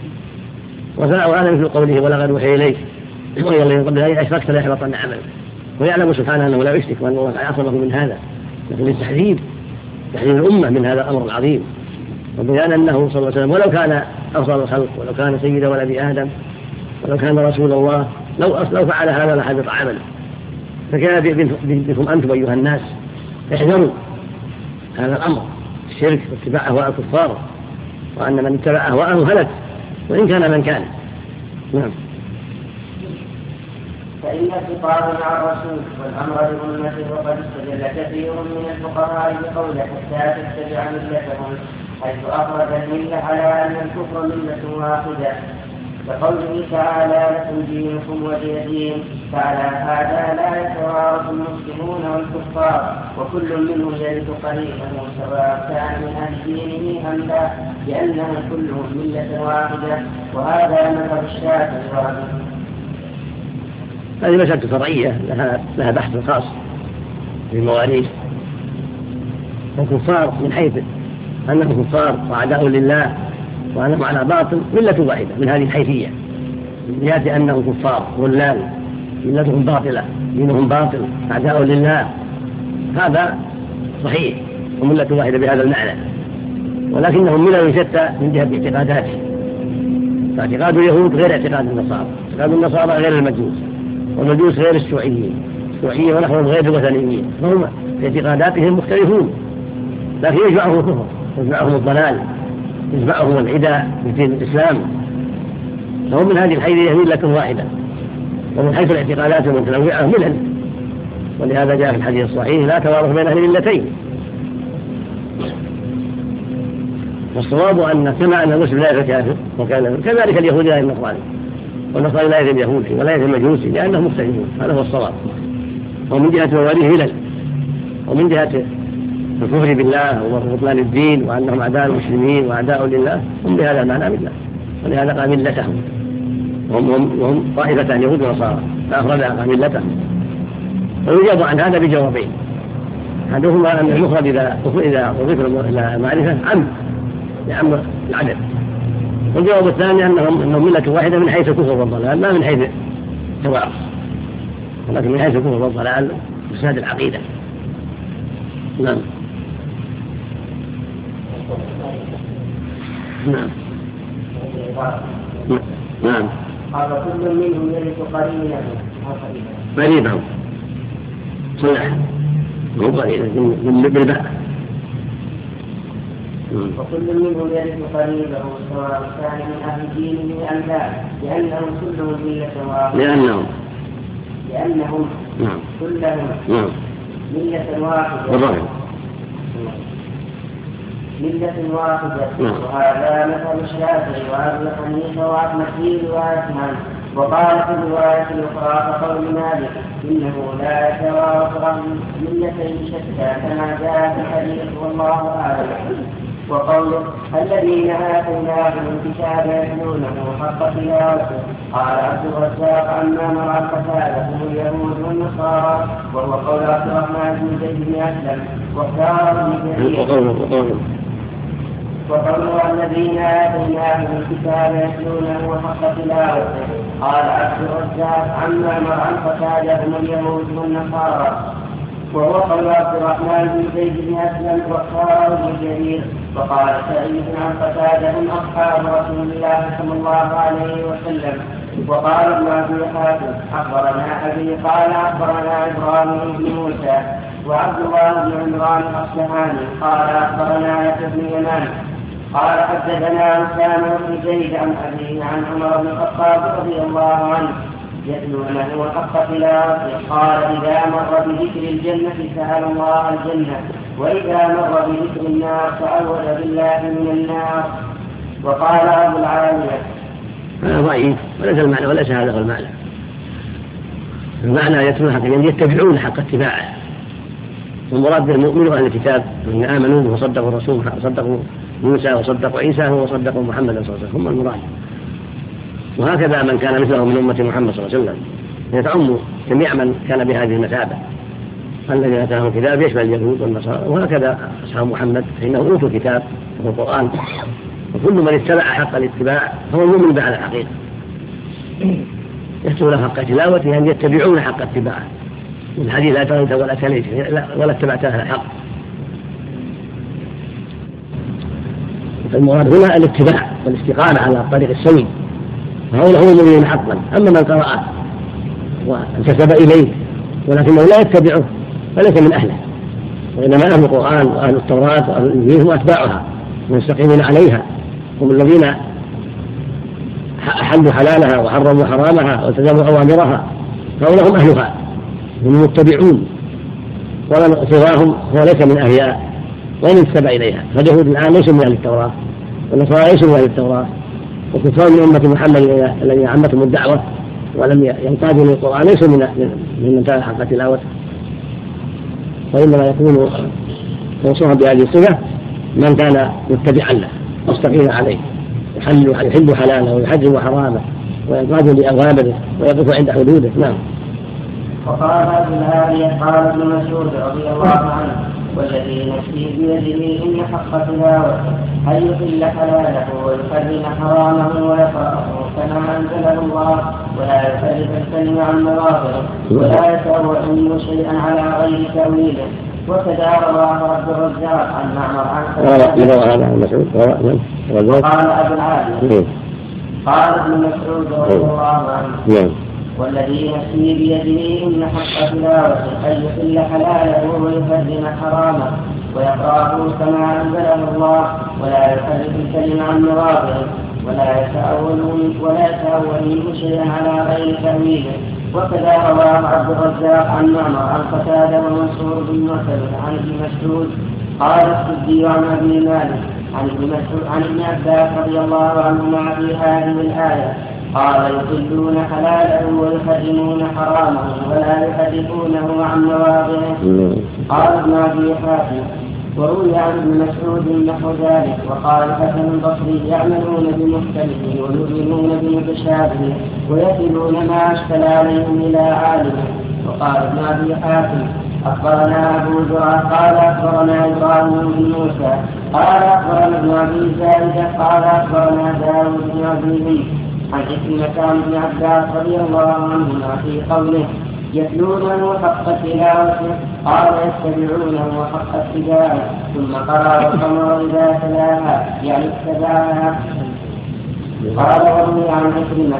وهذا مثل قوله ولقد أوحي إليك وإلى الذين قبل أن أشركت ليحبطن عملك، ويعلم سبحانه أنه لا يشرك وأن الله قد عصمه من هذا، لكن للتحذير تحذير الأمة من هذا الأمر العظيم، وبيان أنه صلى الله عليه وسلم ولو كان أفضل الخلق ولو كان سيد ولد آدم ولو كان رسول الله لو فعل هذا لحبط عمله. فكان بكم أنتم أيها الناس احذروا هذا الأمر، الشرك واتباع أهواء الكفار، وأن من اتبع أهواءهم هلك وإن كان من كان. نعم. فإن الخطاب مع الرسول والأمر لأمته، وقد استدل كثير من الفقهاء بقوله حتى تتبع ملتهم، حيث أخرج الملة على أن الكفر ملة واحدة، كقوله تعالى لكم دينكم ولي دين. فعلى هذا لا يتوارث المسلمون والكفار، وكل منهم يرث قريبه سواء كان من أهل دينه أم لا، لأنهم كلهم ملة واحدة، وهذا مذهب الشافعي وأحمد. هذه مسألة فرعية لها بحث خاص في المواريث. الكفار من حيث أنهم كفار وأعداء لله وأنهم على باطل ملة واحدة من هذه الحيثية، من جهة أنهم كفار ضلال ملتهم باطلة، دينهم باطل، أعداء لله، هذا صحيح، وملة واحدة بهذا المعنى، ولكنهم ملل شتى من جهة اعتقاداتهم. فاعتقاد اليهود غير اعتقاد النصارى، اعتقاد النصارى غير المجوس، والمجوس غير الشيوعيين، الشيوعية ونحوهم غير الوثنيين، فهم في اعتقاداتهم مختلفون، لكن يجمعهم الكفر، يجمعهم الضلال، يجمعهم العداء بدين الإسلام، فهم من هذه الحيث يهمل لكن واحدة، ومن حيث الاعتقادات المتنوعة ملل. ولهذا جاء في الحديث الصحيح لا توارث بين أهل الملتين. والصواب أن كما أن المسلم لا يزال كافر وكان كذلك اليهود لا النصراني، والنصراني لا يزال يهودي ولا يزال مجوسي، لأنهم مختلفون، هذا هو الصواب. ومن جهة مواليه ملل، ومن جهة الكفر بالله وبطلان الدين وأنهم أعداء المسلمين وأعداء لله هم بهذا المعنى ملة، ولهذا قال ملتهم، وهم طائفتان يهود ونصارى، فأفردها قال ملتهم. ويجاب عن هذا بجوابين، أحدهما أن المفرد إذا أضيف إلى معرفة عم العدد، والجواب الثاني أنهم ملة واحدة من حيث الكفر والضلال، لا من حيث التوارث، ولكن من حيث الكفر والضلال وفساد العقيدة. نعم. نعم. نعم. قال كل منهم يرث قريبه صلح مو قريبه بالباء. وكل منهم يرث قريبه سواء كان من أهل دينه أم لا، لأنهم كلهم ملة واحدة. لأنهم كلهم ملة واحدة. ملة واحدة. وهذا مثل الشافعي وأبي حنيفة وأحمد في روايتهم. وقال في الرواية الأخرى كقول مالك إنه لا يتوارث ملتين شتى كما جاء في الحديث والله أعلم. وقوله الذين آتيناهم الكتاب يتلونه حق تلاوته. قال عبد الرزاق عما مرى القتادة هم اليهود والنصارى، وهو قول عبد الرحمن بن زيد بن أسلم واختاره ابن كثير. وقوله الذين آتيناهم الكتاب يتلونه حق تلاوته. قال عبد الرزاق عما مرى القتادة هم اليهود والنصارى، وهو قول عبد الرحمن بن زيد بن أسلم واختاره ابن كثير. وقال سعيد عن قتادة هم أصحاب رسول الله صلى الله عليه وسلم. وقال ابن أبي حاتم أخبرنا أبي قال أخبرنا إبراهيم بن موسى وعبد الله بن عمران الأصبهاني قال أخبرنا يحيى بن يمان قال حدثنا أسامة بن زيد عن أبيه عن عمر بن الخطاب رضي الله عنه يتلونه حق تلاوته. قال إذا مر بذكر الجنة سأل الله الجنة، وإذا مر بذكر النار تعوذ بالله من النار. وقال أبو العالية هذا ضعيف وليس المعنى وليس هذا هو المعنى. المعنى يتلون حق يعني يتبعون حق اتباعه، والمراد بالمؤمن أهل الكتاب من آمنوا وصدقوا الرسول وصدقوا موسى وصدقوا عيسى وصدقوا محمد صلى الله عليه وسلم هم المراد. وهكذا من كان مثله من أمة محمد صلى الله عليه وسلم يتعم جميع من كان بهذه المثابة الذين آتاهم الكتاب يشمل اليهود والنصارى، وهكذا أصحاب محمد فإنهم أوتوا الكتاب والقرآن، وكل من اتبع حق الاتباع هو المؤمن على الحقيقة. يتلون حق تلاوته يعني يتبعون حق اتباعه. الحديث لا تغيت ولا تليت ولا اتبعت أهل الحق. المراد هنا الاتباع والاستقامة على الطريق السوي، فهؤلاء هم المؤمنون حقا. أما من قرأه وانتسب إليه ولكنه لا يتبعه فليس من أهله، وإنما أهل القرآن وأهل التوراة وأهل الإنجيل هم أتباعها ومستقيمين عليها، هم الذين أحلوا حلالها وحرموا حرامها والتزموا أوامرها، فهؤلاء هم أهلها هم المتبعون، ومن سواهم هو ليس من أهلها وإن انتسب إليها. فاليهود الآن ليسوا من أهل التوراة والنصارى ليسوا من أهل التوراة، وكفار من أمة محمد الذين عمتهم الدعوة ولم ينقادوا للقرآن ليسوا من تابع حق تلاوته، وإنما يكون موصوفا بهذه الصفة من كان متبعا له مستقيما عليه يحل حلاله ويحرم حرامه وينقاد لأوامره ويقف عند حدوده. نعم. وقال ابن العالية قال ابن مسعود رضي الله عنه والذي نفسي بيده إن حق تلاوته أن يحل حلاله ويحرم حرامه ويقرأه كما أنزله الله ولا يحرف الكلم عن مواضعه ولا يتأول شيئا على غير تأويله. وكذا رواه عبد الرزاق عن معمر عن قال أبو العالية قال ابن مسعود رضي الله عنه والذي نفسي بيده إن حق تلاوته أن يحل حلاله ويحرم حرامه ويقرأه كما أنزله الله ولا يحرف الكلم عن مواضعه ولا يتأول منه شيئا على غير تأويله. وكذا رواه عبد الرزاق عن معمر عن قتادة ومنصور بن معتمر عن ابن مسعود قال السدي عن أبي مالك عن ابن عباس رضي الله عنهما في هذه الآية قال يحلون حلاله ويحرمون حرامه ولا يحرفونه عن مواضعه. قال ابن أبي حاتم وروي عن ابن مسعود نحو ذلك. وقال الحسن البصري يعملون بمختلفه ويؤمنون بمتشابه ويكلون ما اشكل عليهم إلى عالمه. وقال ابن أبي حاتم أخبرنا أبو زرع قال أخبرنا إبراهيم بن موسى قال أخبرنا ابن أبي زائدة قال أخبرنا داود بن أبي عن عكرمة عن ابن عباس رضي الله عنهما في قوله يتلونه حق تلاوته قال يتبعونه حق اتباعه ثم قرأ القمر إذا تلاها يعني اتبعها. قال وروي عن عكرمة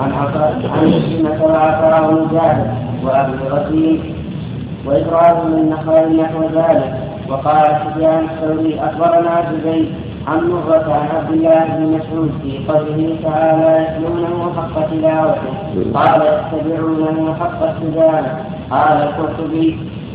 وعطاء مجاهد وأبي الرسول وإبراهيم النخعي نحو ذلك. وقال سفيان الثوري أخبرنا زبيد عن مرة عن عبد الله بن مسعود في قوله تعالى يتلونه حق تلاوته قال يتبعونه حق اتباعه. قال القرطبي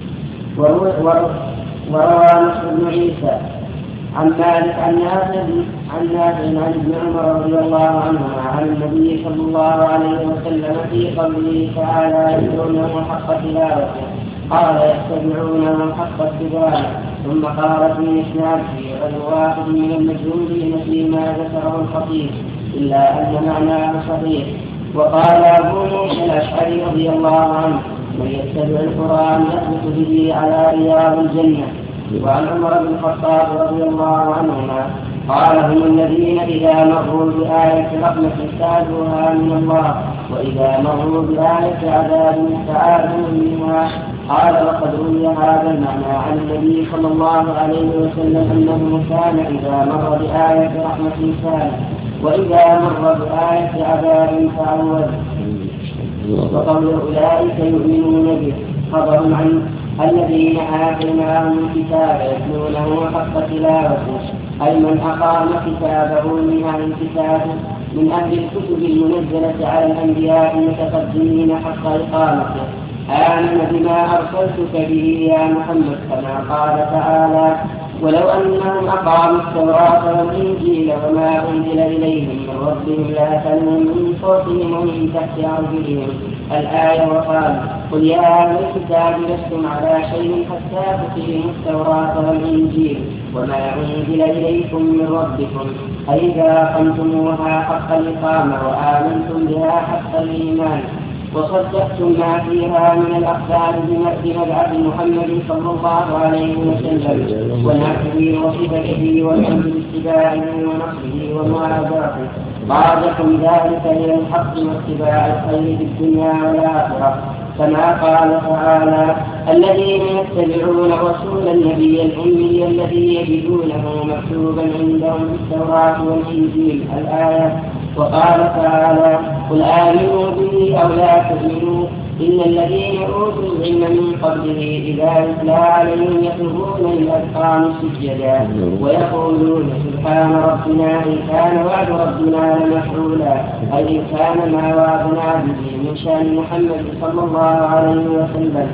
وروى نصر بن عيسى عن مالك عن نافع عن ابن عمر رضي الله عنهما عن النبي صلى الله عليه وسلم في قوله تعالى يتلونه حق تلاوته قال يتبعونه حق اتباعه. ثم قال في إسناد غير واحد من المجهولين فيما ذكره الخطيب إلا أن معناه صحيح. وقال أبو موسى الأشعري رضي الله عنه من يتبع القرآن يثبت به على رياض الجنة. وعن عمر بن الخطاب رضي الله عنهما قال هم الذين إذا مروا بآية رحمة سألوها من الله وإذا مروا بآية عذاب استعاذوا منها. قال وقد روي هذا المعنى عن النبي صلى الله عليه وسلم أنه كان إذا مر بآية رحمة سأل وإذا مر بآية عذاب تعوذ. وقول أولئك يؤمنون به خبر عن الذين آتيناهم الكتاب يتلونه حق تلاوته أي من أقام كتابه من أهل الكتب المنزلة على الأنبياء المتقدمين حق إقامته آمن بما أرسلتك به يا محمد كما قال تعالى ولو أنهم أقاموا التوراة والإنجيل وما أنزل إليهم من ربهم لأكلوا من فوقهم ومن تحت أرجلهم الآية. وقال قل يا أهل الكتاب لستم على شيء حتى تقيموا التوراة والإنجيل وما أنزل إليكم من ربكم أي إذا أقمتموها حق الإقامة وآمنتم بها حق الإيمان وصدقتم ما فيها من الأخبار بمبعث محمد صلى الله عليه وسلم ونحوه وصفته والأمر باتباعه ونصره ومعاداته بعضكم ذلك إلى الحق واتباع الخير في الدنيا والآخرة كما قال تعالى الذين يتبعون رسول النبي الأمي الذي يجدونه مكتوبا عندهم في التوراة والإنجيل الآية. وقال تعالى قل آمنوا به أو لا تؤمنوا إن الذين أوتوا العلم من قبله إذا يتلى عليهم يخرون للأذقان سجدا ويقولون سبحان ربنا إن كان وعد ربنا لمفعولا أي إن كان ما وعدنا به من شأن محمد صلى الله عليه وسلم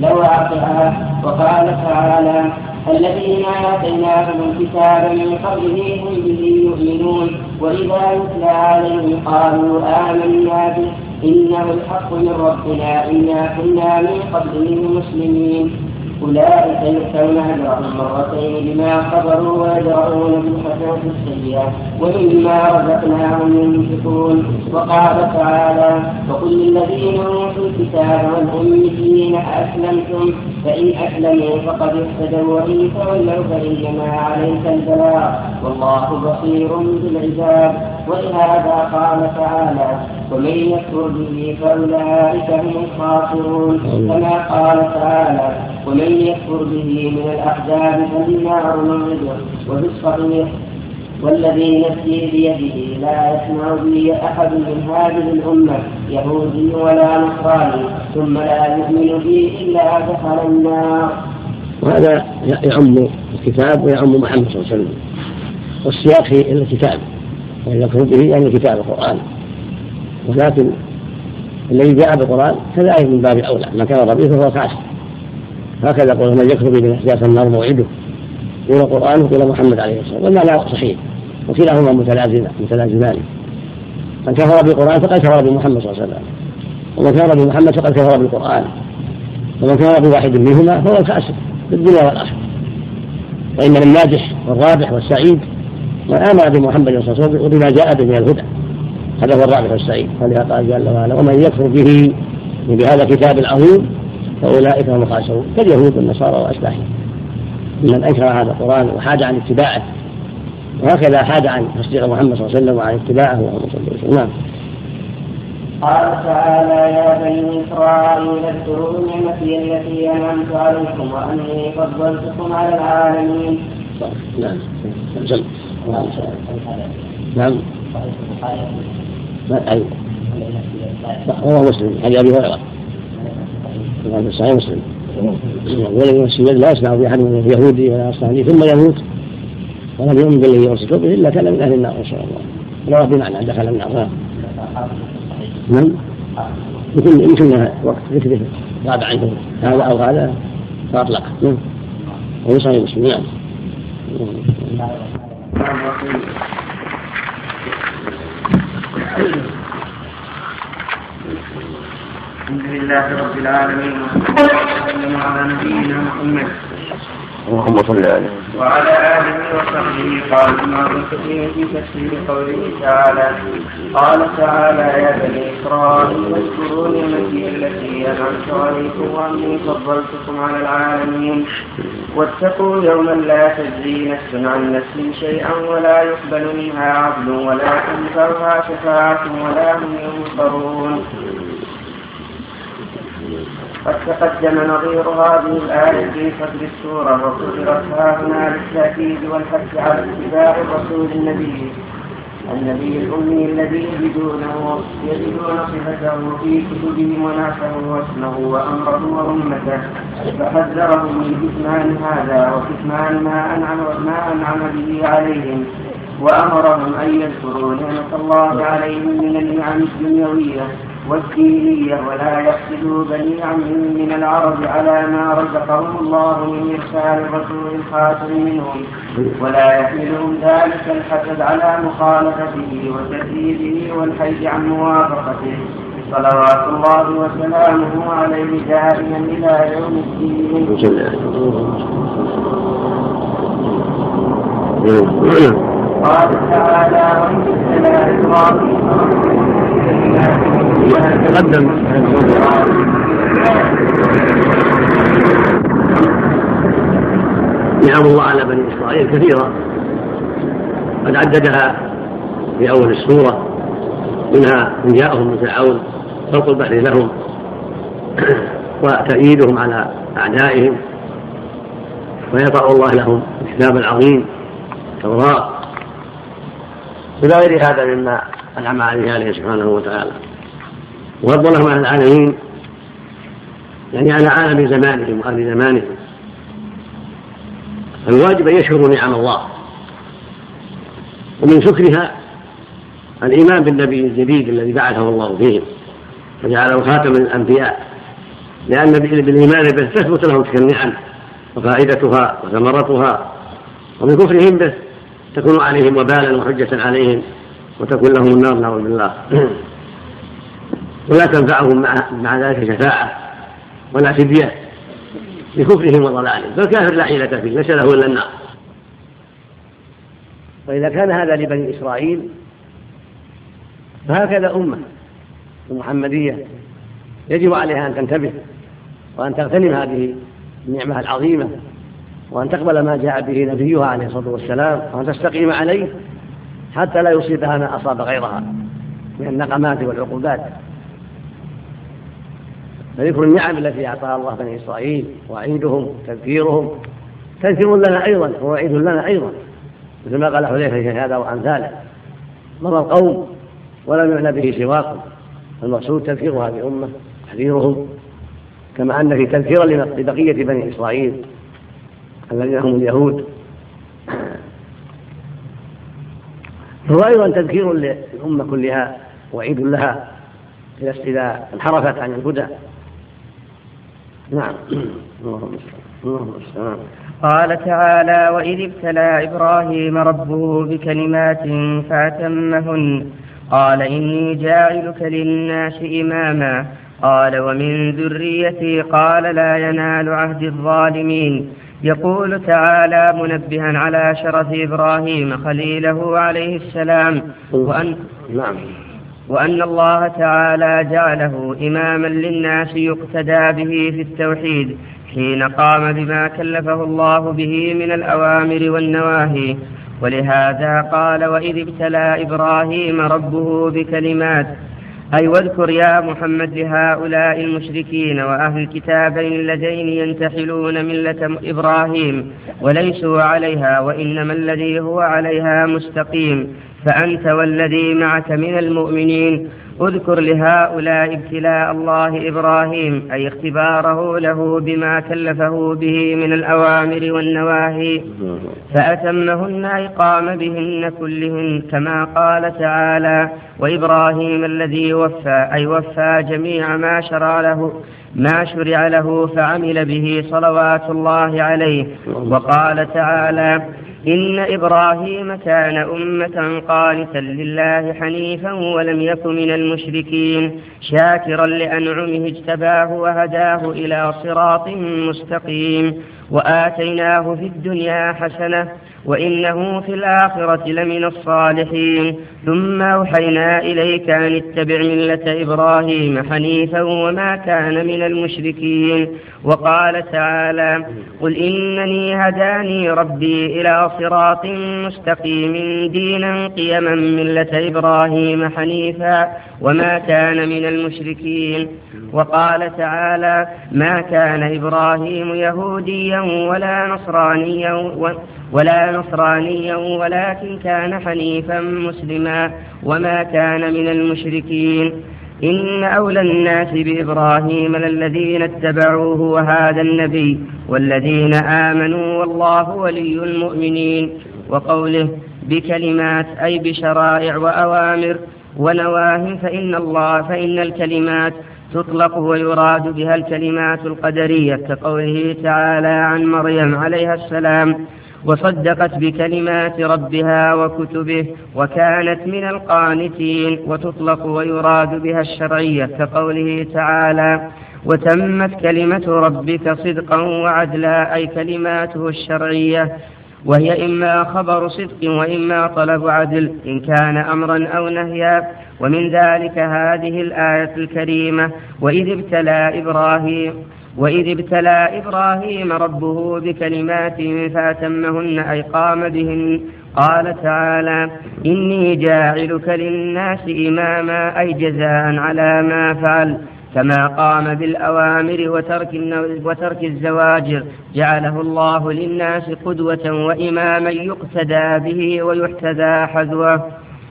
لواقعا. وقال تعالى الذين آتيناهم الكتاب من قبله هم به يؤمنون وإذا يتلى عليهم قالوا آمنا به إنه الحق من ربنا إنا كنا من قبله مسلمين. أولئك يؤتون أجرهم مرتين بما صبروا ويدرؤون بالحسنة السيئة ومما رزقناهم ينفقون. وقال تعالى وقل للذين أوتوا الكتاب والأميين أسلمتم فإن أسلموا فقد اهتدوا وإن تولوا فإنما عليك البلاغ والله بصير بالعباد. ولهذا قال تعالى ومن يكفر به فأولئك هم الخاسرون. كما قال تعالى ومن يكفر به من الأحزاب فالنار موعده. وفي الصحيح والذي نفسي بيده لا يسمع بي أحد من هذه الأمة يهودي ولا نصراني ثم لا يؤمن بي إلا دخل النار. وهذا يعم الكتاب ويعم محمد صلى الله عليه وسلم، والسياق في الكتاب ويذكر به يعني كتاب القرآن، ولكن الذي جاء بالقرآن كذلك من باب أولى، من كان ربيه فهو كافر. هكذا قول من يكفر به من أحزاب النار موعده، قول القرآن وقول محمد عليه الصلاة والسلام، والمعنى صحيح وكلاهما متلازمان. من كفر بالقرآن فقد كفر بمحمد صلى الله عليه وسلم، ومن كفر بمحمد فقد كفر بالقرآن، ومن كفر بواحد منهما فهو الخاسر في الدنيا والآخرة. وإن الناجح والرابح والسعيد من آمن بمحمد صلى الله عليه وسلم وبما جاء به من الهدى، هذا هو الرابح والسعيد. فلذا قال جل وعلا ومن يكفر به بهذا الكتاب العظيم فأولئك هم الخاسرون، كاليهود والنصارى وأشباههم من أنكر هذا القرآن وحاد عن اتباعه، وهكذا حاد عن تصديق محمد صلى الله عليه وسلم وعن اتباعه اللهم صل وسلم. نعم. قال تعالى يا بني إسرائيل اذكروا نعمتي التي أنعمت عليكم وأني فضلتكم على العالمين. نعم. نعم. أيوة. هو مسلم هذا أبي هريرة هذا صحيح مسلم. والذي نفسي لا يسمع بأحد من اليهودي ولا نصراني ثم يموت ولم يؤمن بالذي أرسلت به إلا كان من أهل النار إن شاء الله. لا بمعنى أن دخل النار. نعم. يمكن وقت ذكره غاب عنه هذا أو هذا فأطلق. نعم. هو صحيح مسلم. نعم. الحمد لله رب العالمين وسلم على نبينا محمد اللهم صل عليه وعلى آله وصحبه. قال ابن كثير في تفسير قوله تعالى قال تعالى يا بني إسرائيل اذكروا نعمتي التي أنعمت عليكم وأني فضلتكم على العالمين واتقوا يوما لا تجزي نفس عن نفس شيئا ولا يقبل منها عدل ولا تنفعها شفاعة ولا هم ينصرون. قد تقدم نظير هذه الآية في صدر السورة وصدرت هنا للتأكيد والحث على اتباع الرسول النبي الأمي الذي يجدون صفته في كتبهم ونعته واسمه وأمره وأمته، فحذرهم من كتمان هذا وكتمان ما أنعم به عليهم، وأمرهم أن يذكروا نعمة الله عليهم من النعم الدنيوية والدينية ولا يحسدوا بني عمهم من العرب على ما رزقهم الله من إرسال الرسول الخاتم منهم، ولا يحملهم ذلك الحسد على مخالفته وتكذيبه والحيد عن موافقته، صلوات الله وسلامه عليه دائما إلى يوم الدين. قال تعالى وإن إبراهيم تقدم نعم الله على بني إسرائيل كثيرة قد عددها في أول السورة، منها إن جاءهم من فرعون خلق البحر لهم وتأييدهم على أعدائهم ويطأ الله لهم الكتاب العظيم التوراة إلى غير هذا مما أنعم عليه سبحانه وتعالى، وفضلهم على العالمين يعني على عالم زمانهم وأهل زمانهم. الواجب أن يشكروا نعم الله، ومن شكرها الإيمان بالنبي الجديد الذي بعثه الله فيهم وجعله خاتم الأنبياء، لأن بالإيمان به تثبت لهم تلك النعم وفائدتها وثمرتها، ومن كفرهم به تكون عليهم وبالا وحجة عليهم وتكون لهم النار نعوذ بالله، ولا تنفعهم مع ذلك شفاعة ولا فدية لكفرهم وضلالهم، فالكافر لا حيلة فيه ليس له إلا النار. وإذا كان هذا لبني إسرائيل فهكذا أمة المحمدية يجب عليها أن تنتبه وأن تغتنم هذه النعمة العظيمة، وأن تقبل ما جاء به نبيها عليه الصلاة والسلام، وأن تستقيم عليه حتى لا يصيبها ما أصاب غيرها من النقمات والعقوبات. فذكر النعم التي أعطاها الله بني إسرائيل وعيدهم تذكيرهم تذكير لنا أيضا ووعيد لنا أيضا، مثل ما قال حذيفة في هذا وأمثاله: مضى القوم ولم يعنى به سواكم. المقصود تذكير هذه الأمة تحذيرهم، كما أن في تذكيرا لبقية بني إسرائيل الذين هم اليهود، فهو أيضا تذكير للأمة كلها وعيد لها إذا انحرفت عن الهدى. نعم. قال تعالى: وإذ ابتلى إبراهيم ربه بكلمات فأتمهن قال إني جاعلك للناس إماما قال ومن ذريتي قال لا ينال عهد الظالمين. يقول تعالى منبها على شرف إبراهيم خليله عليه السلام وأن الله تعالى جعله إماما للناس يقتدى به في التوحيد حين قام بما كلفه الله به من الأوامر والنواهي. ولهذا قال: وإذ ابتلى إبراهيم ربه بكلمات، أي واذكر يا محمد لهؤلاء المشركين وأهل الكتابين الذين ينتحلون ملة إبراهيم وليسوا عليها وإنما الذي هو عليها مستقيم، فأنت والذي معك من المؤمنين. اذكر لهؤلاء ابتلاء الله إبراهيم، أي اختباره له بما كلفه به من الأوامر والنواهي فأتمهن، أي قام بهن كلهن، كما قال تعالى: وإبراهيم الذي وفى، أي وفى جميع ما شرع له فعمل به صلوات الله عليه. وقال تعالى: إن إبراهيم كان أمة قانتا لله حنيفا ولم يك من المشركين شاكرا لأنعمه اجتباه وهداه إلى صراط مستقيم وآتيناه في الدنيا حسنة وإنه في الآخرة لمن الصالحين. ثم أوحينا إليك أن اتبع ملة إبراهيم حنيفا وما كان من المشركين. وقال تعالى: قل إنني هداني ربي إلى صراط مستقيم دينا قيما ملة إبراهيم حنيفا وما كان من المشركين. وقال تعالى: ما كان إبراهيم يهوديا ولا نصرانيا ولكن كان حنيفا مسلما وما كان من المشركين. إن أولى الناس بإبراهيم للذين اتبعوه وهذا النبي والذين آمنوا والله ولي المؤمنين. وقوله بكلمات، أي بشرائع وأوامر ونواه، فإن الكلمات تطلق ويراد بها الكلمات القدرية، كقوله تعالى عن مريم عليها السلام: وصدقت بكلمات ربها وكتبه وكانت من القانتين. وتطلق ويراد بها الشرعية، كقوله تعالى: وتمت كلمة ربك صدقا وعدلا، أي كلماته الشرعية، وهي إما خبر صدق وإما طلب عدل إن كان أمرا أو نهيا. ومن ذلك هذه الآية الكريمة: وإذ ابتلى إبراهيم ربه بكلمات فأتمهن، أي قام بهن. قال تعالى: إني جاعلك للناس إماما، أي جزاء على ما فعل، كما قام بالأوامر وترك الزواجر جعله الله للناس قدوة وإماما يقتدى به ويحتذى حذوه.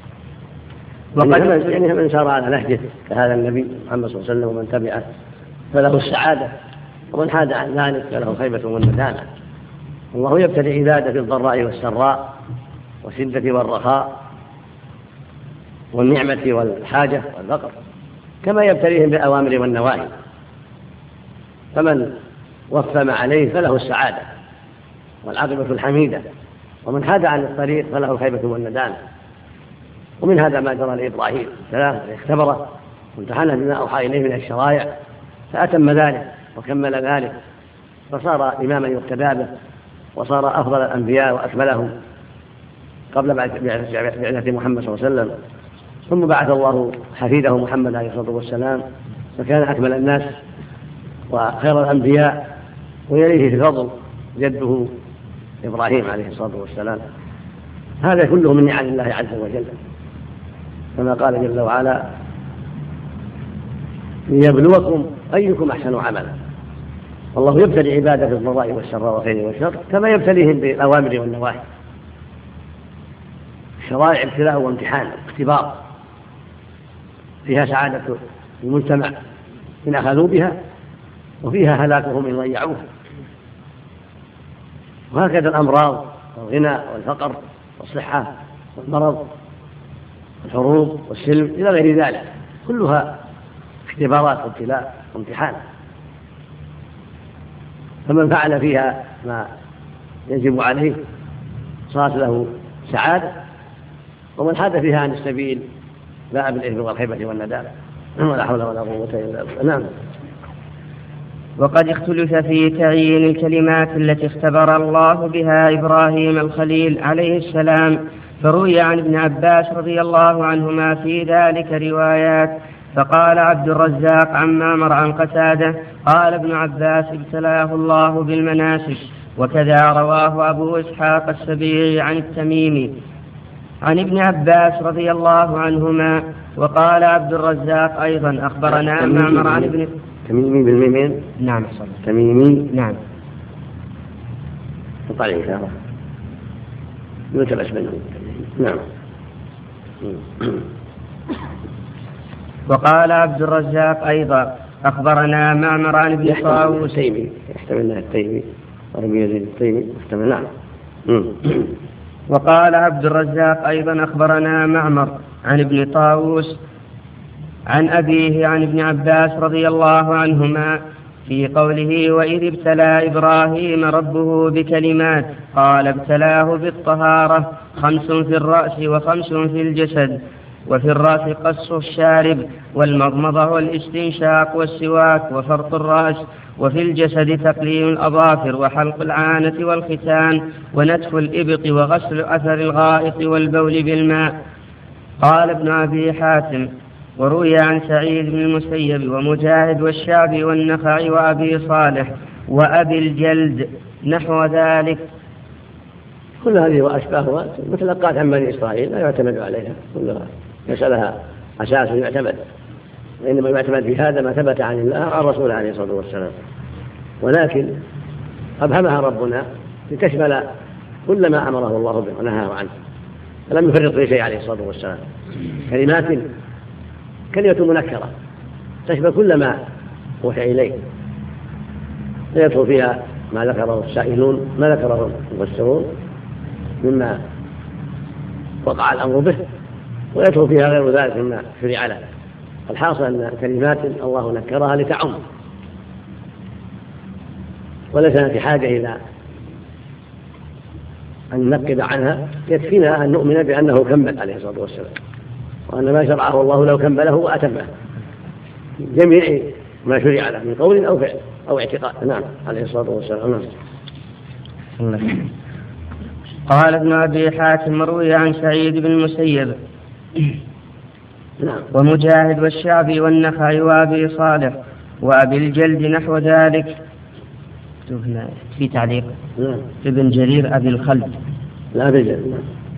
يعني من سار على نهجه كهذا النبي محمد صلى الله عليه وسلم ومن تبعه فله السعادة، ومن حاد عن ذلك فله خيبة والندامة. الله يبتلي عباده في الضراء والسراء والشدة والرخاء والنعمة والحاجة والفقر، كما يبتليهم بالأوامر والنواهي. فمن وفى ما عليه فله السعادة والعاقبة الحميدة، ومن حاد عن الطريق فله الخيبة والندامة. ومن هذا ما جرى لإبراهيم السلام، اختبره وامتحنه بما أوحى إليه من الشرائع فأتم ذلك وكمل ذلك، فصار إماما يقتدى به، وصار أفضل الأنبياء وأكملهم قبل بعثة محمد صلى الله عليه وسلم. ثم بعث الله حفيده محمد عليه الصلاة والسلام، فكان أكمل الناس وخير الأنبياء، ويليه في الفضل جده إبراهيم عليه الصلاة والسلام. هذا كله من نعم الله عز وجل. كما قال جل وعلا ليبلوكم أيكم أحسن عملا. والله يبتلي عباده بالضراء والسراء والخير والشر كما يبتليهم بالأوامر والنواهي. الشرائع ابتلاء وامتحان اختبار، فيها سعادة المجتمع إن أخذوا بها، وفيها هلاكهم إن ضيعوها. وهكذا الأمراض والغنى والفقر والصحة والمرض والحروب والسلم إلى غير ذلك، كلها اختبارات وابتلاء وامتحان. فمن فعل فيها ما يجب عليه صارت له سعادة، ومن حاد فيها عن السبيل باء بالإثم والخيبة والندامة، ولا حول ولا قوة إلا بالله. نعم. وقد اختلف في تعيين الكلمات التي اختبر الله بها إبراهيم الخليل عليه السلام، فروي عن ابن عباس رضي الله عنهما في ذلك روايات. فقال عبد الرزاق عن معمر عن قتادة قال ابن عباس ابتلاه الله بالمناسك، وكذا رواه أبو إسحاق السبيعي عن التميمي عن ابن عباس رضي الله عنهما. وقال عبد الرزاق أيضا أخبرنا معمر عن ابن تميمي بالميمين. نعم تميمي. نعم. طالع إن شاء الله يلتبس منه. نعم. وقال عبد الرزاق أيضا أخبرنا معمر عن ابن طاووس. التيمي يحتملنا التيمي وربي يزيد التيمي يحتمل. نعم. وقال عبد الرزاق أيضا أخبرنا معمر عن ابن طاووس عن أبيه عن ابن عباس رضي الله عنهما في قوله وإذ ابتلى إبراهيم ربه بكلمات قال ابتلاه بالطهارة 5 في الرأس و5 في الجسد. وفي الرأس قص الشارب والمضمضة والاستنشاق والسواك وفرط الرأس. وفي الجسد تقليم الأظافر وحلق العانة والختان ونتف الإبط وغسل أثر الغائط والبول بالماء. قال ابن أبي حاتم وروي عن سعيد بن المسيب ومجاهد والشعبي والنخعي وأبي صالح وأبي الجلد نحو ذلك. كل هذه وأشباهها متلقات عن بني إسرائيل لا يعتمد عليها، كلها يسألها أساس يعتمد، وإنما يعتمد في هذا ما ثبت عن الله عن رسوله عليه الصلاة والسلام. ولكن أبهمها ربنا لتشمل كل ما أمره الله به ونهاه عنه، فلم يفرط في شيء عليه الصلاة والسلام. كلمة منكرة تشمل كل ما وحي إليه، يدخل فيها ما ذكره السائلون ما ذكره المفسرون مما وقع الأمر به، ويدخل فيها غير ذلك مما شرع له. الحاصل أن كلمات الله نكرها لتعم، وليس في حاجة إلى أن ننقب عنها، يكفينا أن نؤمن بأنه كمل عليه الصلاة والسلام، وأن ما شرعه الله لو كمله وأتمه جميع ما شرع له من قول أو فعل أو اعتقاد. نعم عليه الصلاة والسلام. قال ابن أبي حاتم روي عن سعيد بن المسيب ومجاهد والشعبي والنخعي وأبي صالح وأبي الجلد نحو ذلك. هنا في تعليق ابن جرير أبي الخلد لا بالجلد.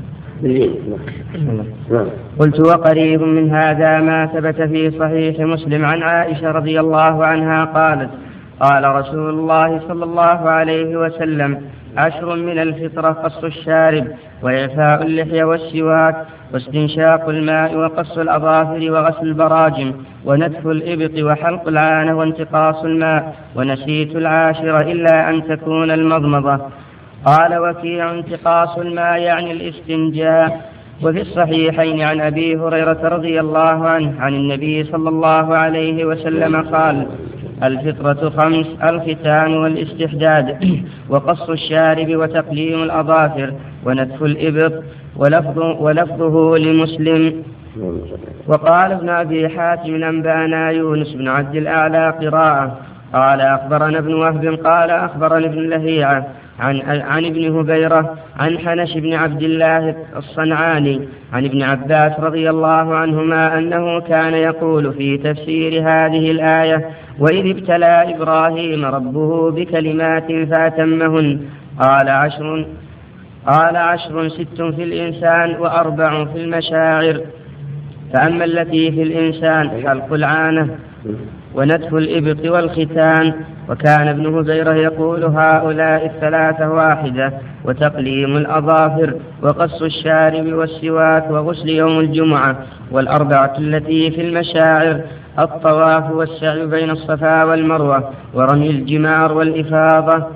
قلت وقريب من هذا ما ثبت في صحيح مسلم عن عائشة رضي الله عنها قالت قال رسول الله صلى الله عليه وسلم 10 من الفطرة قص الشارب وإعفاء اللحية والسواك واستنشاق الماء وقص الأظافر وغسل البراجم ونتف الإبط وحلق العانة وانتقاص الماء ونسيت 10 إلا أن تكون المضمضة. قال وكيع انتقاص الماء يعني الاستنجاء. وفي الصحيحين عن أبي هريرة رضي الله عنه عن النبي صلى الله عليه وسلم قال الفطرة 5 الختان والاستحداد وقص الشارب وتقليم الأظافر ونتف الإبط ولفظه لمسلم. وقال ابن أبي حاتم أنبانا يونس بن عبد الأعلى قراءة قال أخبرنا ابن وهب قال أخبرنا ابن لهيعة عن ابن هبيرة عن حنش بن عبد الله الصنعاني عن ابن عباس رضي الله عنهما أنه كان يقول في تفسير هذه الآية وإذ ابتلى إبراهيم ربه بكلمات فأتمهن قال 10 6 في الإنسان و4 في المشاعر. فأما التي في الإنسان حلق العانة ونتف الإبط والختان. وكان ابن هزيرة يقول هؤلاء الثلاثة واحدة، وتقليم الأظافر وقص الشارب والسواك وغسل يوم الجمعة. والأربعة التي في المشاعر الطواف والسعي بين الصفا والمروة ورمي الجمار والإفاضة.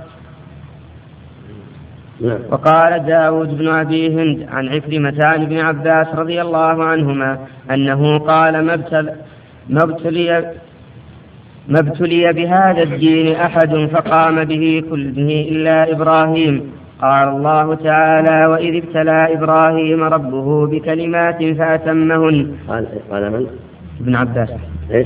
وقال داود بن أبي هند عن عكرمة عن ابن عباس رضي الله عنهما أنه قال ما ابتلي بهذا الدين أحد فقام به كله إلا إبراهيم. قال الله تعالى وإذ ابتلى إبراهيم ربه بكلمات فأتمهن. قال من؟ ابن عباس. إيش؟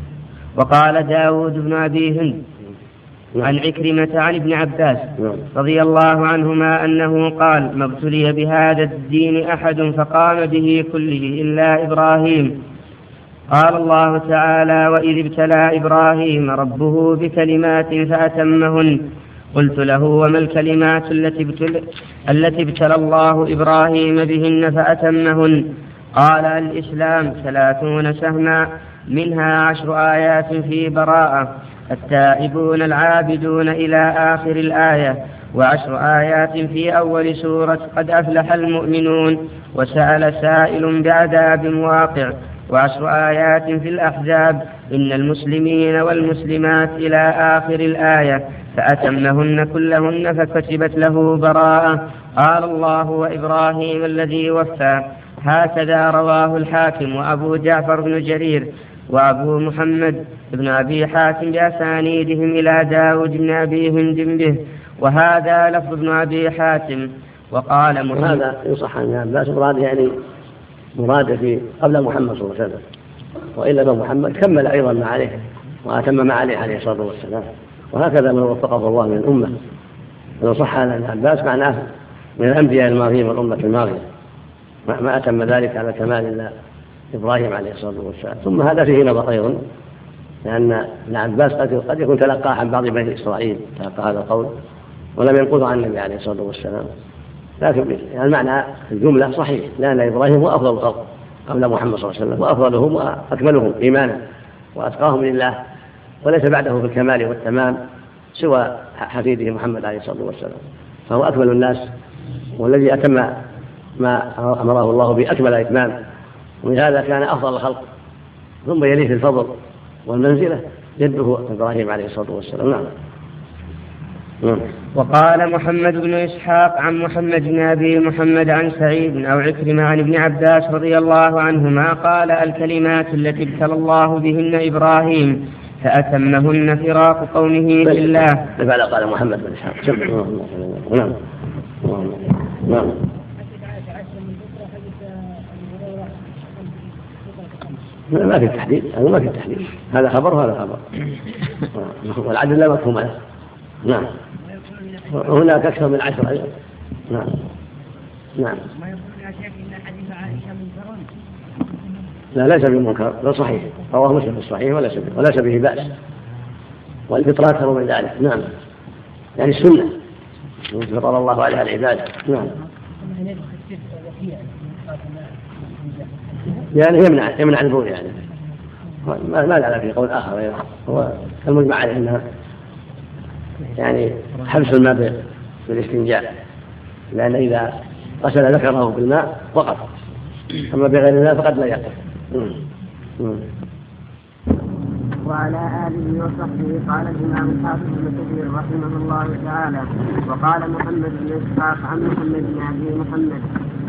وقال داود بن أبي هند عن عكرمة عن ابن عباس رضي الله عنهما أنه قال ما ابتلي بهذا الدين أحد فقام به كله إلا إبراهيم. قال الله تعالى وإذ ابتلى إبراهيم ربه بكلمات فأتمهن. قلت له وما الكلمات التي ابتلى الله إبراهيم بهن فأتمهن؟ قال الإسلام 30 سهما، منها 10 آيات في براءة، التائبون العابدون إلى آخر الآية، و10 آيات في أول سورة قد أفلح المؤمنون، وسأل سائل بعذاب واقع، و10 آيات في الأحزاب إن المسلمين والمسلمات إلى آخر الآية، فأتمهن كلهن فكتبت له براءة. قال الله وإبراهيم الذي وفى. هكذا رواه الحاكم وأبو جعفر بن جرير وأبو محمد بن أبي حاتم بأسانيدهم إلى داود بن أبي هند به، وهذا لفظ ابن أبي حاتم. وقال محمد هذا يصح عن عباس مراد يعني مراد في قبل محمد صلى الله عليه وسلم، وإلا فمحمد كمل أيضا ما عليه وأتم ما عليه الصلاة والسلام. وهكذا من وفقه الله من الأمة لو صح عن عباس معناه من الأنبياء الماضيين والأمة الماضية ما أتم ذلك على كمال إلا إبراهيم عليه الصلاة والسلام. ثم هذا فيه نظر أيضا، لأن ابن عباس قد يكون تلقى عن بعض بني إسرائيل تلقى هذا القول ولم ينقض عن النبي عليه الصلاة والسلام، لكن يعني المعنى الجملة صحيح، لأن إبراهيم هو أفضل الخلق قبل محمد صلى الله عليه وسلم، وأفضلهم وأكملهم إيمانا وأتقاهم لله، وليس بعده في الكمال والتمام سوى حفيده محمد عليه الصلاة والسلام، فهو أكمل الناس والذي أتم ما أمره الله بأكمل إتمام، ولهذا كان أفضل الخلق. ثم يليه في الفضل والمنزلة جده إبراهيم عليه الصلاة والسلام. نعم. وقال محمد بن إسحاق عن محمد بن أبي محمد عن سعيد أو عكرمة عن ابن عباس رضي الله عنهما قال الكلمات التي ابتلى الله بهن إبراهيم فأتمهن فراق قومه بالله. لماذا قال محمد بن إسحاق؟ نعم. نعم. ما في التحديد، ما في التحديد، هذا خبر وهذا خبر، والعدد لا مفهوم له. نعم. هناك أكثر من 10 أيضا. نعم. نعم. لا ليس بمنكر، لا صحيح، رواه مسلم الصحيح وليس به بأس، والفطرة أكثر من ذلك. نعم. يعني السنة فطر الله عليها العباد. نعم. يعني يمنع البول، يعني ما لا في قول آخر، هو المجمع عليه أنها يعني حبس الماء بالاستنجاء، لأن إذا غسل ذكره بالماء وقف، أما بغير الماء فقد لا يقف. وعلى آله وصحبه. قال الإمام الحافظ بن كثير رحمه الله تعالى وقال محمد بن إسحاق عن محمد بن أبي محمد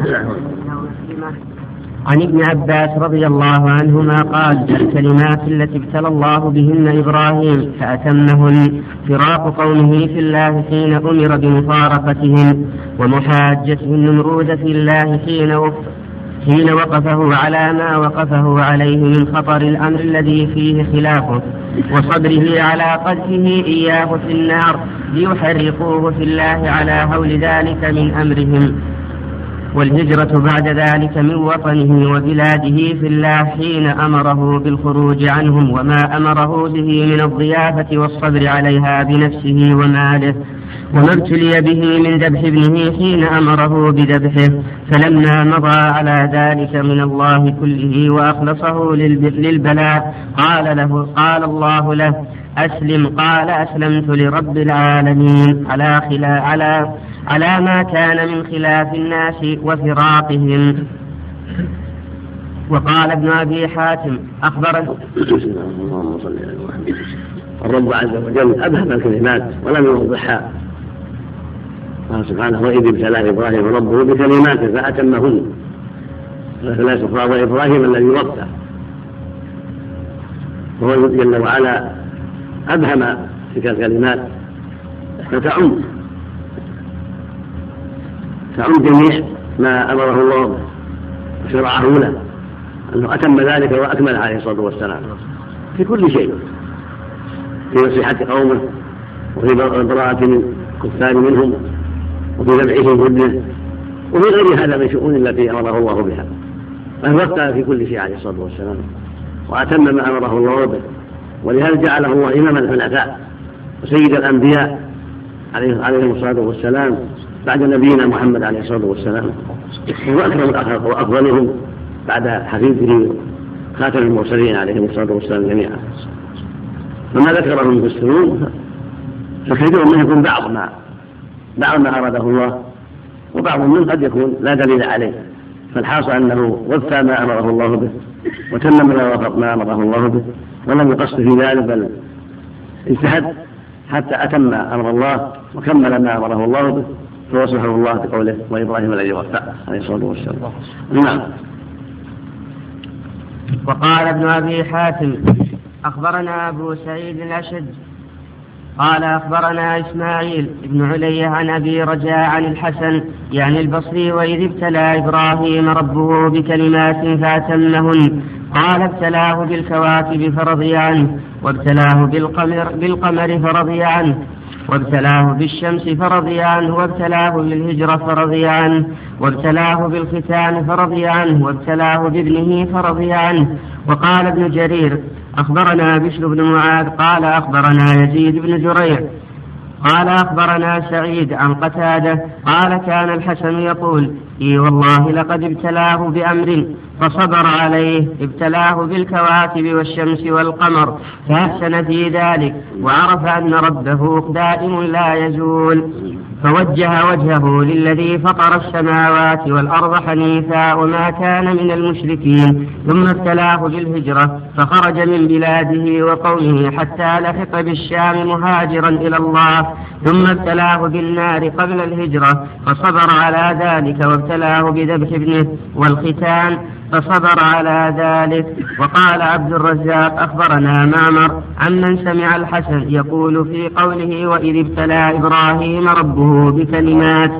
عن ابن عباس رضي الله عنهما قال الكلمات التي ابتلى الله بهن إبراهيم فأتمهن فراق قومه في الله حين أمر بمفارقتهم، ومحاجته النمرود في الله حين وقفه على ما وقفه عليه من خطر الأمر الذي فيه خلافه، وصبره على قذفه إياه في النار ليحرقوه في الله على هول ذلك من أمرهم، والهجرة بعد ذلك من وطنه وبلاده في الله حين أمره بالخروج عنهم، وما أمره به من الضيافة والصبر عليها بنفسه وماله، وما ابتلي به من ذبح ابنه حين أمره بذبحه، فلما مضى على ذلك من الله كله وأخلصه للبلاء قال الله له: أسلم. قال: أسلمت لرب العالمين، على ما كان من خلاف الناس وفراقهم. وقال ابن أبي حاتم أخبرنا الرب عز وجل أبهم الكلمات ولم يوضحها، قال سبحانه: وإذ ابتلى إبراهيم ربه بكلمات فأتمهن. فلا تخاف إبراهيم الذي وقته، وهو جل وعلا أبهم تلك الكلمات فتعم جميع ما أمره الله وشرعه له، أنه أتم ذلك وأكمل عليه الصلاة والسلام في كل شيء، في نصيحة قومه وفي براءة الكفار منهم وفي ذبحهم ابنه وفي غير هذا من شؤون التي أمره الله بها، بل وقع في كل شيء عليه الصلاة والسلام وأتم ما أمره الله به. ولهذا جعله الله إمام الحنفاء وسيد الأنبياء عليهم الصلاة والسلام بعد نبينا محمد عليه الصلاة والسلام، وأكرم الأخلاق وأفضلهم بعد حفيده خاتم المرسلين عليهم الصلاة والسلام جميعا. فما ذكره المفسرون فكثير منه يكون بعض ما أراده الله، وبعض منه قد يكون لا دليل عليه، فالحاصل أنه وفى ما أمره الله به وتمم ما أمره الله به، ولم يقصد في ذلك بل اجتهد حتى أتم أمر الله وكمل ما أمره الله به، فوصفه الله بقوله: وإبراهيم الذي وفى عليه الصلاة والسلام. نعم. وقال ابن أبي حاتم أخبرنا أبو سعيد الأشج قال أخبرنا إسماعيل بن علي عن أبي رجاء عن الحسن يعني البصري: وإذ ابتلى إبراهيم ربه بكلمات فأتمهن، قال: ابتلاه بالكواكب فرضي عنه، وابتلاه بالقمر فرضي عنه، وابتلاه بالشمس فرضي عنه، وابتلاه بالهجرة فرضي عنه، وابتلاه بالختان فرضي عنه، وابتلاه بابنه فرضي عنه. وقال ابن جرير أخبرنا بشر بن معاذ قال أخبرنا يزيد بن زريع قال أخبرنا سعيد عن قتادة قال: كان الحسن يقول: إي والله لقد ابتلاه بأمر فصبر عليه، ابتلاه بالكواكب والشمس والقمر فأحسن في ذلك، وعرف أن ربه دائم لا يزول، فوجه وجهه للذي فطر السماوات والأرض حنيفا وما كان من المشركين، ثم ابتلاه بالهجرة فخرج من بلاده وقومه حتى لحق بالشام مهاجرا إلى الله، ثم ابتلاه بالنار قبل الهجرة فصبر على ذلك، وابتلاه بذبح ابنه والختان فصبر على ذلك. وقال عبد الرزاق أخبرنا معمر عمن سمع الحسن يقول في قوله: وإذ ابتلى إبراهيم ربه بكلمات،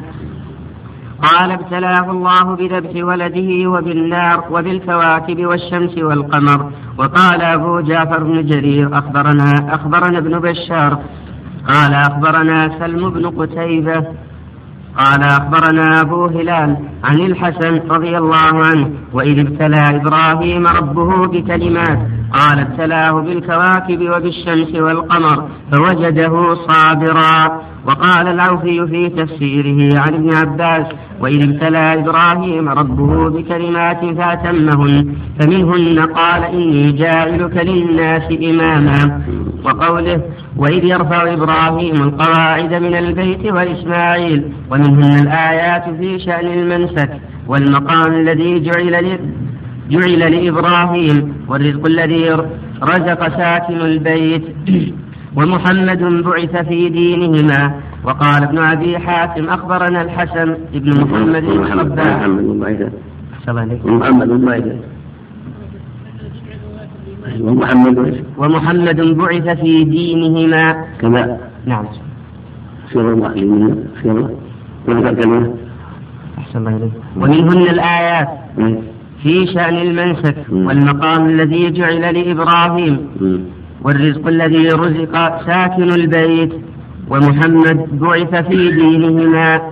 قال: ابتلاه الله بذبح ولده وبالنار وبالكواكب والشمس والقمر. وقال أبو جعفر بن جرير أخبرنا ابن بشار قال أخبرنا سلم بن قتيبة قال أخبرنا أبو هلال عن الحسن رضي الله عنه: وإذ ابتلى إبراهيم ربه بكلمات، قال: ابتلاه بالكواكب وبالشمس والقمر فوجده صابرا. وقال العوفي في تفسيره عن ابن عباس: وإذ ابتلى إبراهيم ربه بكلمات فأتمهن، فمنهن قال: إني جاعلك للناس إماما. وقوله: وإذ يرفع إبراهيم القواعد من البيت وإسماعيل، ومنهن الآيات في شأن المنسك والمقام الذي جعل لإبراهيم، والرزق الذي رزق ساكن البيت، ومحمد بعث في دينهما. وقال ابن أبي حاتم أخبرنا الحسن ابن محمد ومحمد بعث في دينهما كما نعم ومنهن الآيات في شأن المنسك والمقام الذي جعل لإبراهيم، والرزق الذي رزق ساكن البيت، ومحمد بعث في دينهما.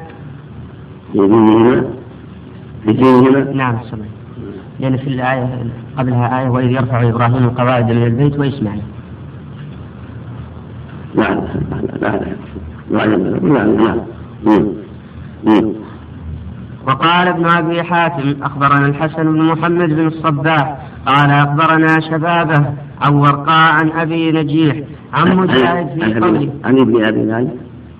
نعم صحيح. لأن في الآية قبلها آية: وإذ يرفع إبراهيم القواعد من البيت وإسماعيل. وقال ابن أبي حاتم أخبرنا الحسن بن محمد بن الصباح قال أخبرنا شبابه عن ورقاء عن أبي نجيح عن مجاهد في قوله عن ابن أبي نجيح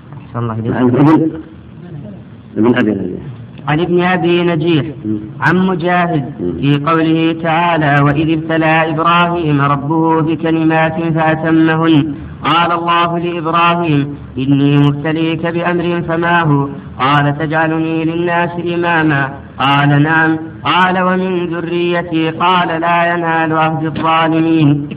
عن ابن أبي نجيح عن مجاهد في قوله تعالى وإذ ابتلى إبراهيم ربه بكلمات فأتمهن قال الله لإبراهيم إني مبتليك بأمر فما هو قال تجعلني للناس إماما قال نعم قال ومن ذريتي قال لا ينال عهد الظالمين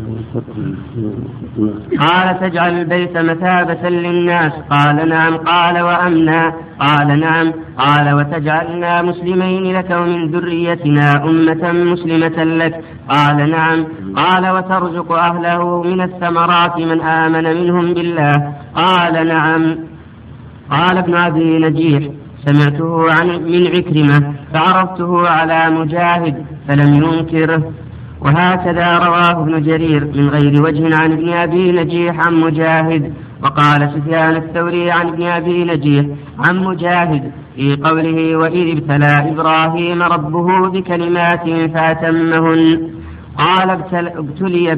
قال تجعل البيت مثابة للناس قال نعم قال وأمنا قال نعم قال وتجعلنا مسلمين لك ومن ذريتنا أمة مسلمة لك قال نعم قال وترزق أهله من الثمرات من آمن منهم بالله قال نعم قال ابن أبي نجيح سمعته من عكرمة فعرفته على مجاهد فلم ينكره وهكذا رواه ابن جرير من غير وجه عن ابن أبي نجيح عن مجاهد. وقال سفيان الثوري عن ابن أبي نجيح عن مجاهد في قوله وإذ ابتلى إبراهيم ربه بكلمات فأتمهن قال ابتلي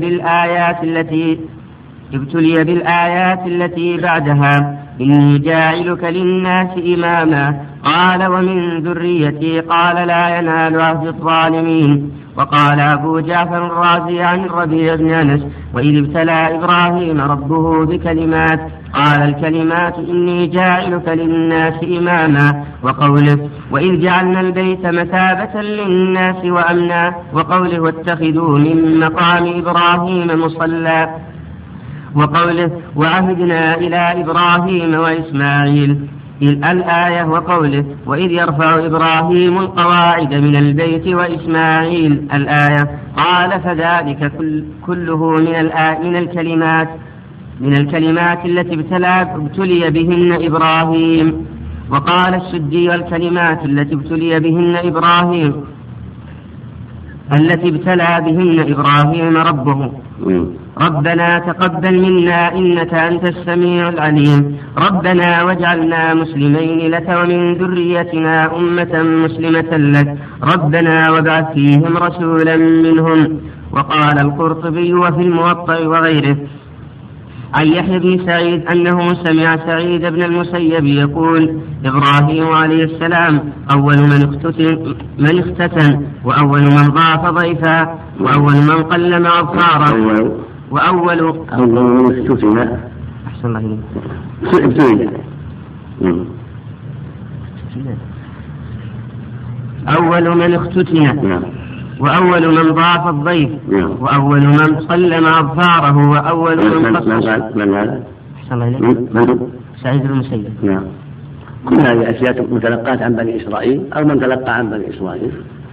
بالآيات التي بعدها إني جاعلك للناس إماما قال ومن ذريتي قال لا ينال عهد الظالمين. وقال أبو جعفر الرازي عن الربيع بن أنس وإذ ابتلى إبراهيم ربه بكلمات قال الكلمات إني جاعلك للناس إماما وقوله وإذ جعلنا البيت مثابة للناس وأمنا وقوله واتخذوا من مقام إبراهيم مصلى وقوله وعهدنا إلى إبراهيم وإسماعيل الآية وقوله وإذ يرفع إبراهيم القواعد من البيت وإسماعيل الآية قال فذلك كله من الكلمات التي ابتلي بهن إبراهيم. وقال السدي الكلمات التي ابتلى بهن إبراهيم ربه ربنا تقبل منا إنك أنت السميع العليم ربنا واجعلنا مسلمين لك ومن ذريتنا أمة مسلمة لك ربنا وابعث فيهم رسولا منهم. وقال القرطبي وفي الموطأ وغيره عن يحيى بن سعيد أنه سمع سعيد بن المسيب يقول إبراهيم عليه السلام أول من اختتن وأول من ضاف ضيفا وأول من قلم أبصارا وأول من اختتن أحسن الله أول من اختتن وأول من ضاف الضيف وأول من قلم أظفاره وأول من قصص سعيد بن المسيب. كل هذه أشياء متلقات عن بني إسرائيل أو من تلقى عن بني إسرائيل.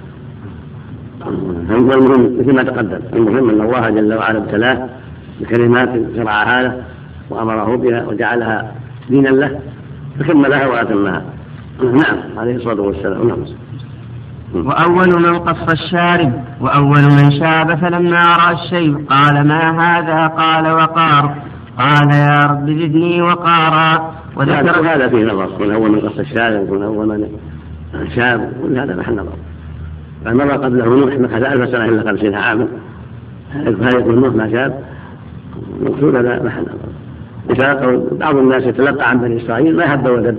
المهم مثل ما تقدم المهم أن الله جل وعلا ابتلاه بكلمات شرعها له وأمره بها وجعلها دينا له فكملها وأتمها. نعم عليه الصلاة والسلام. نعم. وأول من قص الشارب وأول من شاب فلما رأى الشيب قال ما هذا قال وقار قال يا رب زدني وقارا. وذكر هذا فيه نظر كل أول من قص الشارب كل أول من شاب كل هذا محل نظر. فالمرة قبله نوح مكث 1000 سنة إلا 50 عاما هل يكون نوح ما شاب مقصود هذا محل نظر. بعض الناس يتلقى عن بني إسرائيل ما هب ودب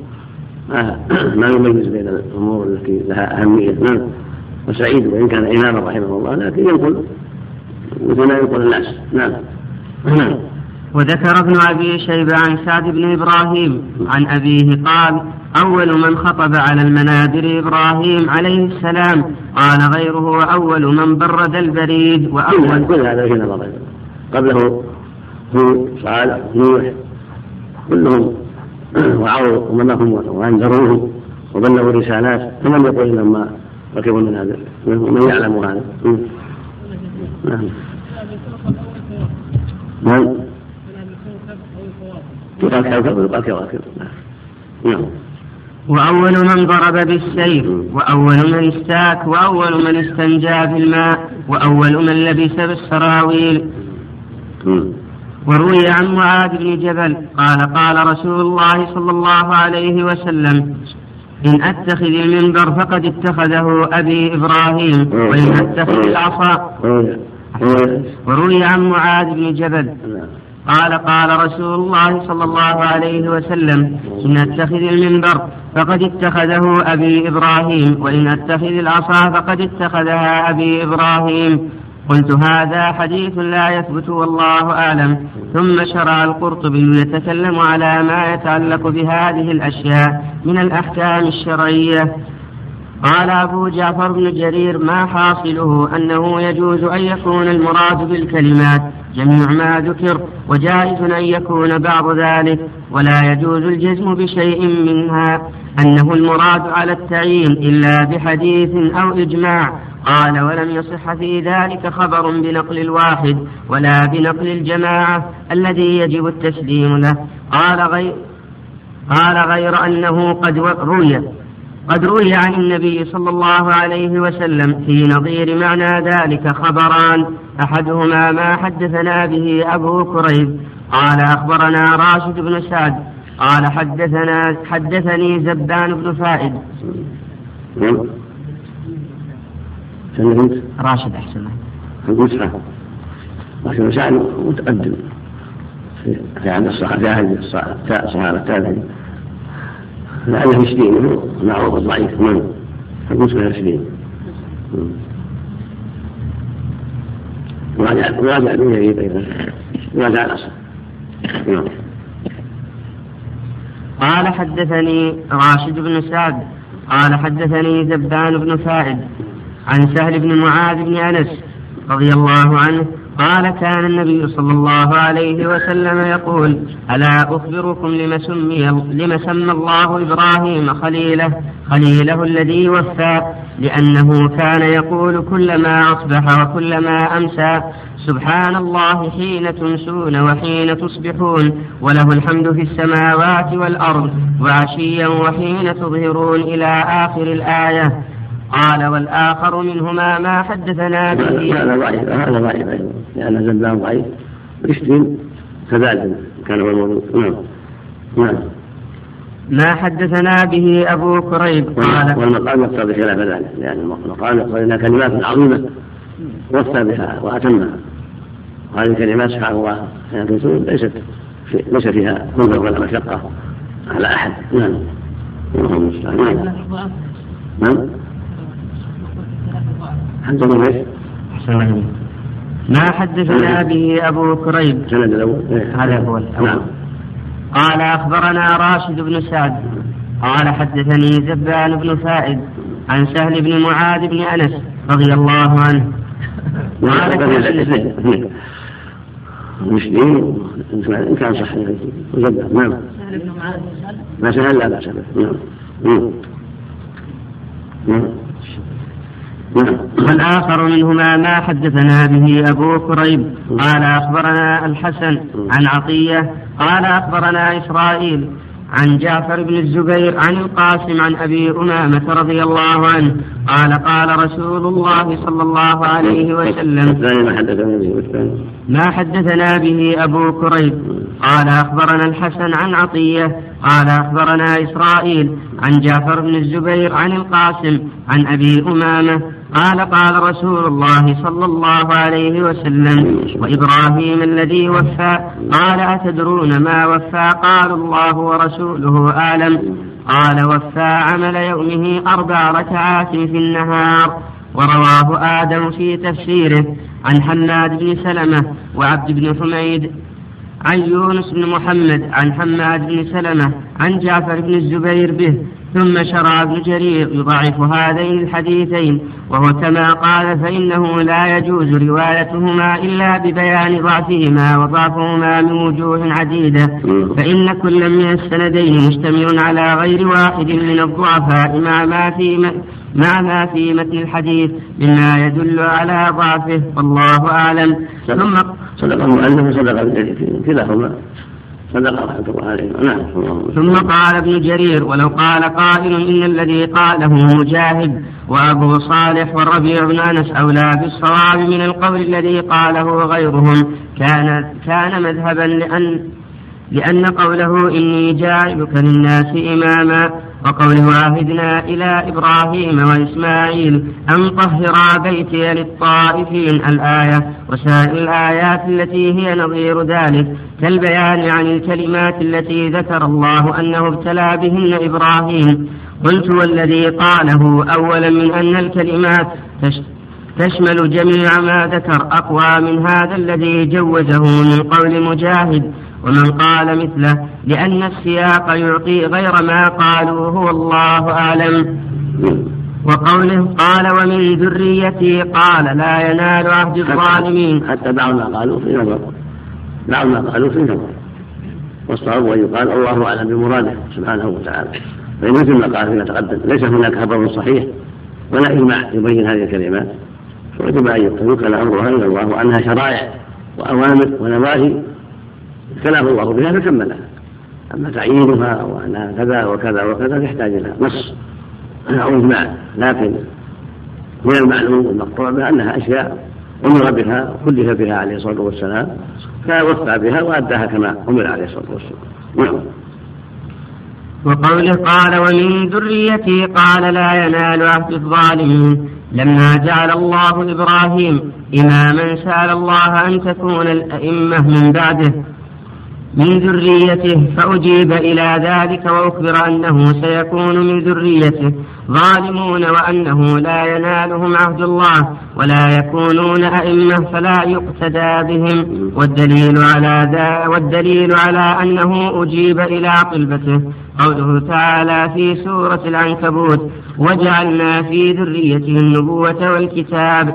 ما يميز بين الأمور التي لها أهمية. وسعيد وإن كان إماما رحمه الله لكن ينقل مثل ما ينقل الناس. نعم. وذكر ابن أبي شيبة عن سعد بن إبراهيم عن أبيه قال أول من خطب على المنابر إبراهيم عليه السلام قال غيره وأول من برد البريد وأول كل هذا في نظر قبله هو صالح نوح كلهم وعوا أممهم وأنذروه وبلغوا الرسالات فمن يقول لما ركبوا من هذا ومن يعلم هذا. نعم يقال كوكب ويقال كواكب. نعم. وأول من ضرب بالسيف وأول من استاك وأول من استنجى بالماء وأول من لبس بالسراويل وروي عن معاذ بن جبل قال قال رسول الله صلى الله عليه وسلم إن أتخذ المنبر فقد اتخذه أبي إبراهيم وإن أتخذ العصا. وروي عن معاذ بن جبل قال قال رسول الله صلى الله عليه وسلم إن أتخذ المنبر فقد اتخذه أبي إبراهيم وإن أتخذ العصا فقد اتخذها أبي إبراهيم. قلت هذا حديث لا يثبت والله أعلم. ثم شرع القرطبي يتكلم على ما يتعلق بهذه الأشياء من الأحكام الشرعية. قال أبو جعفر بن جرير ما حاصله أنه يجوز أن يكون المراد بالكلمات جميع ما ذكر وجائز أن يكون بعض ذلك ولا يجوز الجزم بشيء منها أنه المراد على التعيين إلا بحديث أو إجماع. قال ولم يصح في ذلك خبر بنقل الواحد ولا بنقل الجماعة الذي يجب التسليم له. قال غير أنه قد روي عن النبي صلى الله عليه وسلم في نظير معنى ذلك خبران أحدهما ما حدثنا به أبو كريب قال أخبرنا راشد بن سعد قال حدثني زبان بن فائد. راشد أحسن راشد بن سعد متقدم في عهد الصحابة التابعين لعله مسلم معروف ضعيف من فقلت له مسلم وراجع ابن جرير أيضا وراجع الأصل. قال حدثني راشد بن سعد قال حدثني زبان بن فائد عن سهل بن معاذ بن أنس رضي الله عنه قال كان النبي صلى الله عليه وسلم يقول ألا أخبركم لما سمى الله إبراهيم خليله الذي وفى لأنه كان يقول كلما أصبح وكلما أمسى سبحان الله حين تمسون وحين تصبحون وله الحمد في السماوات والأرض وعشيا وحين تظهرون إلى آخر الآية. قال والآخر منهما ما حدثنا به. هذا ضعيف أيضا لأن زبان ضعيف ويشتم كذلك كان هو الموضوع. نعم. ما حدثنا به أبو كريب قال والمقام يقتضي خلاف ذلك لأن المقام يقتضي أنها كلمات عظيمة وفى بها وأتمها. هذه الكلمات سبحان الله ليس فيها منظر ولا مشقة على أحد. نعم. نعم. ما حدثنا به أبو كريب هذا هو الأول. قال أخبرنا راشد بن سعد قال حدثني زبان بن فائد عن سهل بن معاذ بن أنس رضي الله عنه. مسلم إن كان صحيح زبان. نعم. ما سهل لا بأس به. والآخر منهما ما حدثنا به أبو كريب قال أخبرنا الحسن عن عطية قال أخبرنا إسرائيل عن جعفر بن الزبير عن القاسم عن أبي أمامة رضي الله عنه قال قال رسول الله صلى الله عليه وسلم ما حدثنا به أبو كريب قال أخبرنا الحسن عن عطية قال أخبرنا إسرائيل عن جعفر بن الزبير عن القاسم عن أبي أمامة قال قال رسول الله صلى الله عليه وسلم وإبراهيم الذي وفى قال أتدرون ما وفى قال الله ورسوله أعلم قال وفى عمل يومه 4 ركعات في النهار. ورواه آدم في تفسيره عن حماد بن سلمة وعبد بن حميد عن يونس بن محمد عن حماد بن سلمة عن جعفر بن الزبير به. ثم شرع ابن جرير يضعف هذين الحديثين وهو كما قال فإنه لا يجوز روايتهما إلا ببيان ضعفهما وضعفهما من وجوه عديدة فإن كل من السندين مشتمل على غير واحد من الضعفاء مع ما في متن الحديث مما يدل على ضعفه والله أعلم. ثم صدق المؤلف صدق كلاهما صدق رحمة الله عليه. ثم قال ابن جرير ولو قال قائل إن الذي قاله مجاهد وأبو صالح والربيع بن أنس أولى بالصواب من القول الذي قاله غيرهم كان مذهبا لأن قوله إني جاعلك للناس إماما وقوله عهدنا إلى إبراهيم وإسماعيل أن طهرا بيتي للطائفين الآية وسائر الآيات التي هي نظير ذلك كالبيان عن الكلمات التي ذكر الله أنه ابتلى بهن إبراهيم. قلت والذي قاله أولا من أن الكلمات تشمل جميع ما ذكر أقوى من هذا الذي جوزه من قول مجاهد ومن قال مثله لأن السياق يعطي غير ما قالوا هو الله أعلم. وقوله قال ومن ذريتي قال لا ينال عهد الظالمين حتى بعض ما قالوا في نظر والصواب أن يقال الله أعلم بمراده سبحانه وتعالى. فإن مثل ما قال فيما تقدم ليس هناك خبر صحيح ولا إجماع يبين هذه الكلمات فيجب أن يترك أمرها إلى الله وأنها شرائع وأوامر ونواهي كلام الله بها فكملها. أما تعيينها وأنها كذا وكذا وكذا يحتاج إلى نص أو إجماع. لكن من المعلوم والمقطوع بها أنها أشياء أمر بها وكلف بها عليه الصلاة والسلام فوفى بها وأداها كما أمر عليه الصلاة والسلام. وقوله قال ومن ذريتي قال لا ينال عهد الظالمين لما جعل الله إبراهيم إماما سأل الله أن تكون الأئمة من بعده من ذريته فأجيب إلى ذلك وأخبر أنه سيكون من ذريته ظالمون وأنه لا ينالهم عهد الله ولا يكونون أئمة فلا يقتدى بهم. والدليل على أنه أجيب إلى طلبته قوله تعالى في سورة العنكبوت وجعلنا في ذريته النبوة والكتاب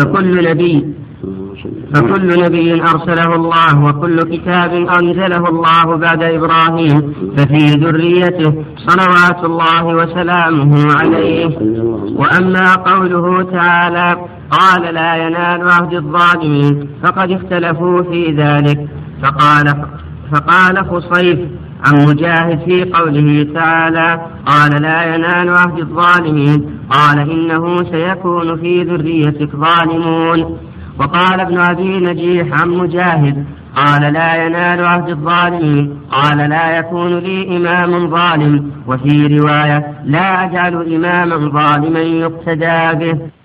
فكل نبي أرسله الله وكل كتاب أنزله الله بعد إبراهيم ففي ذريته صلوات الله وسلامه عليه. وأما قوله تعالى قال لا ينال عهد الظالمين فقد اختلفوا في ذلك فقال خصيف عن مجاهد في قوله تعالى قال لا ينال عهد الظالمين قال إنه سيكون في ذريتك ظالمون. وقال ابن أبي نجيح عن مجاهد قال لا ينال عهد الظالمين قال لا يكون لي إمام ظالم. وفي رواية لا أجعل إماما ظالما يقتدى به.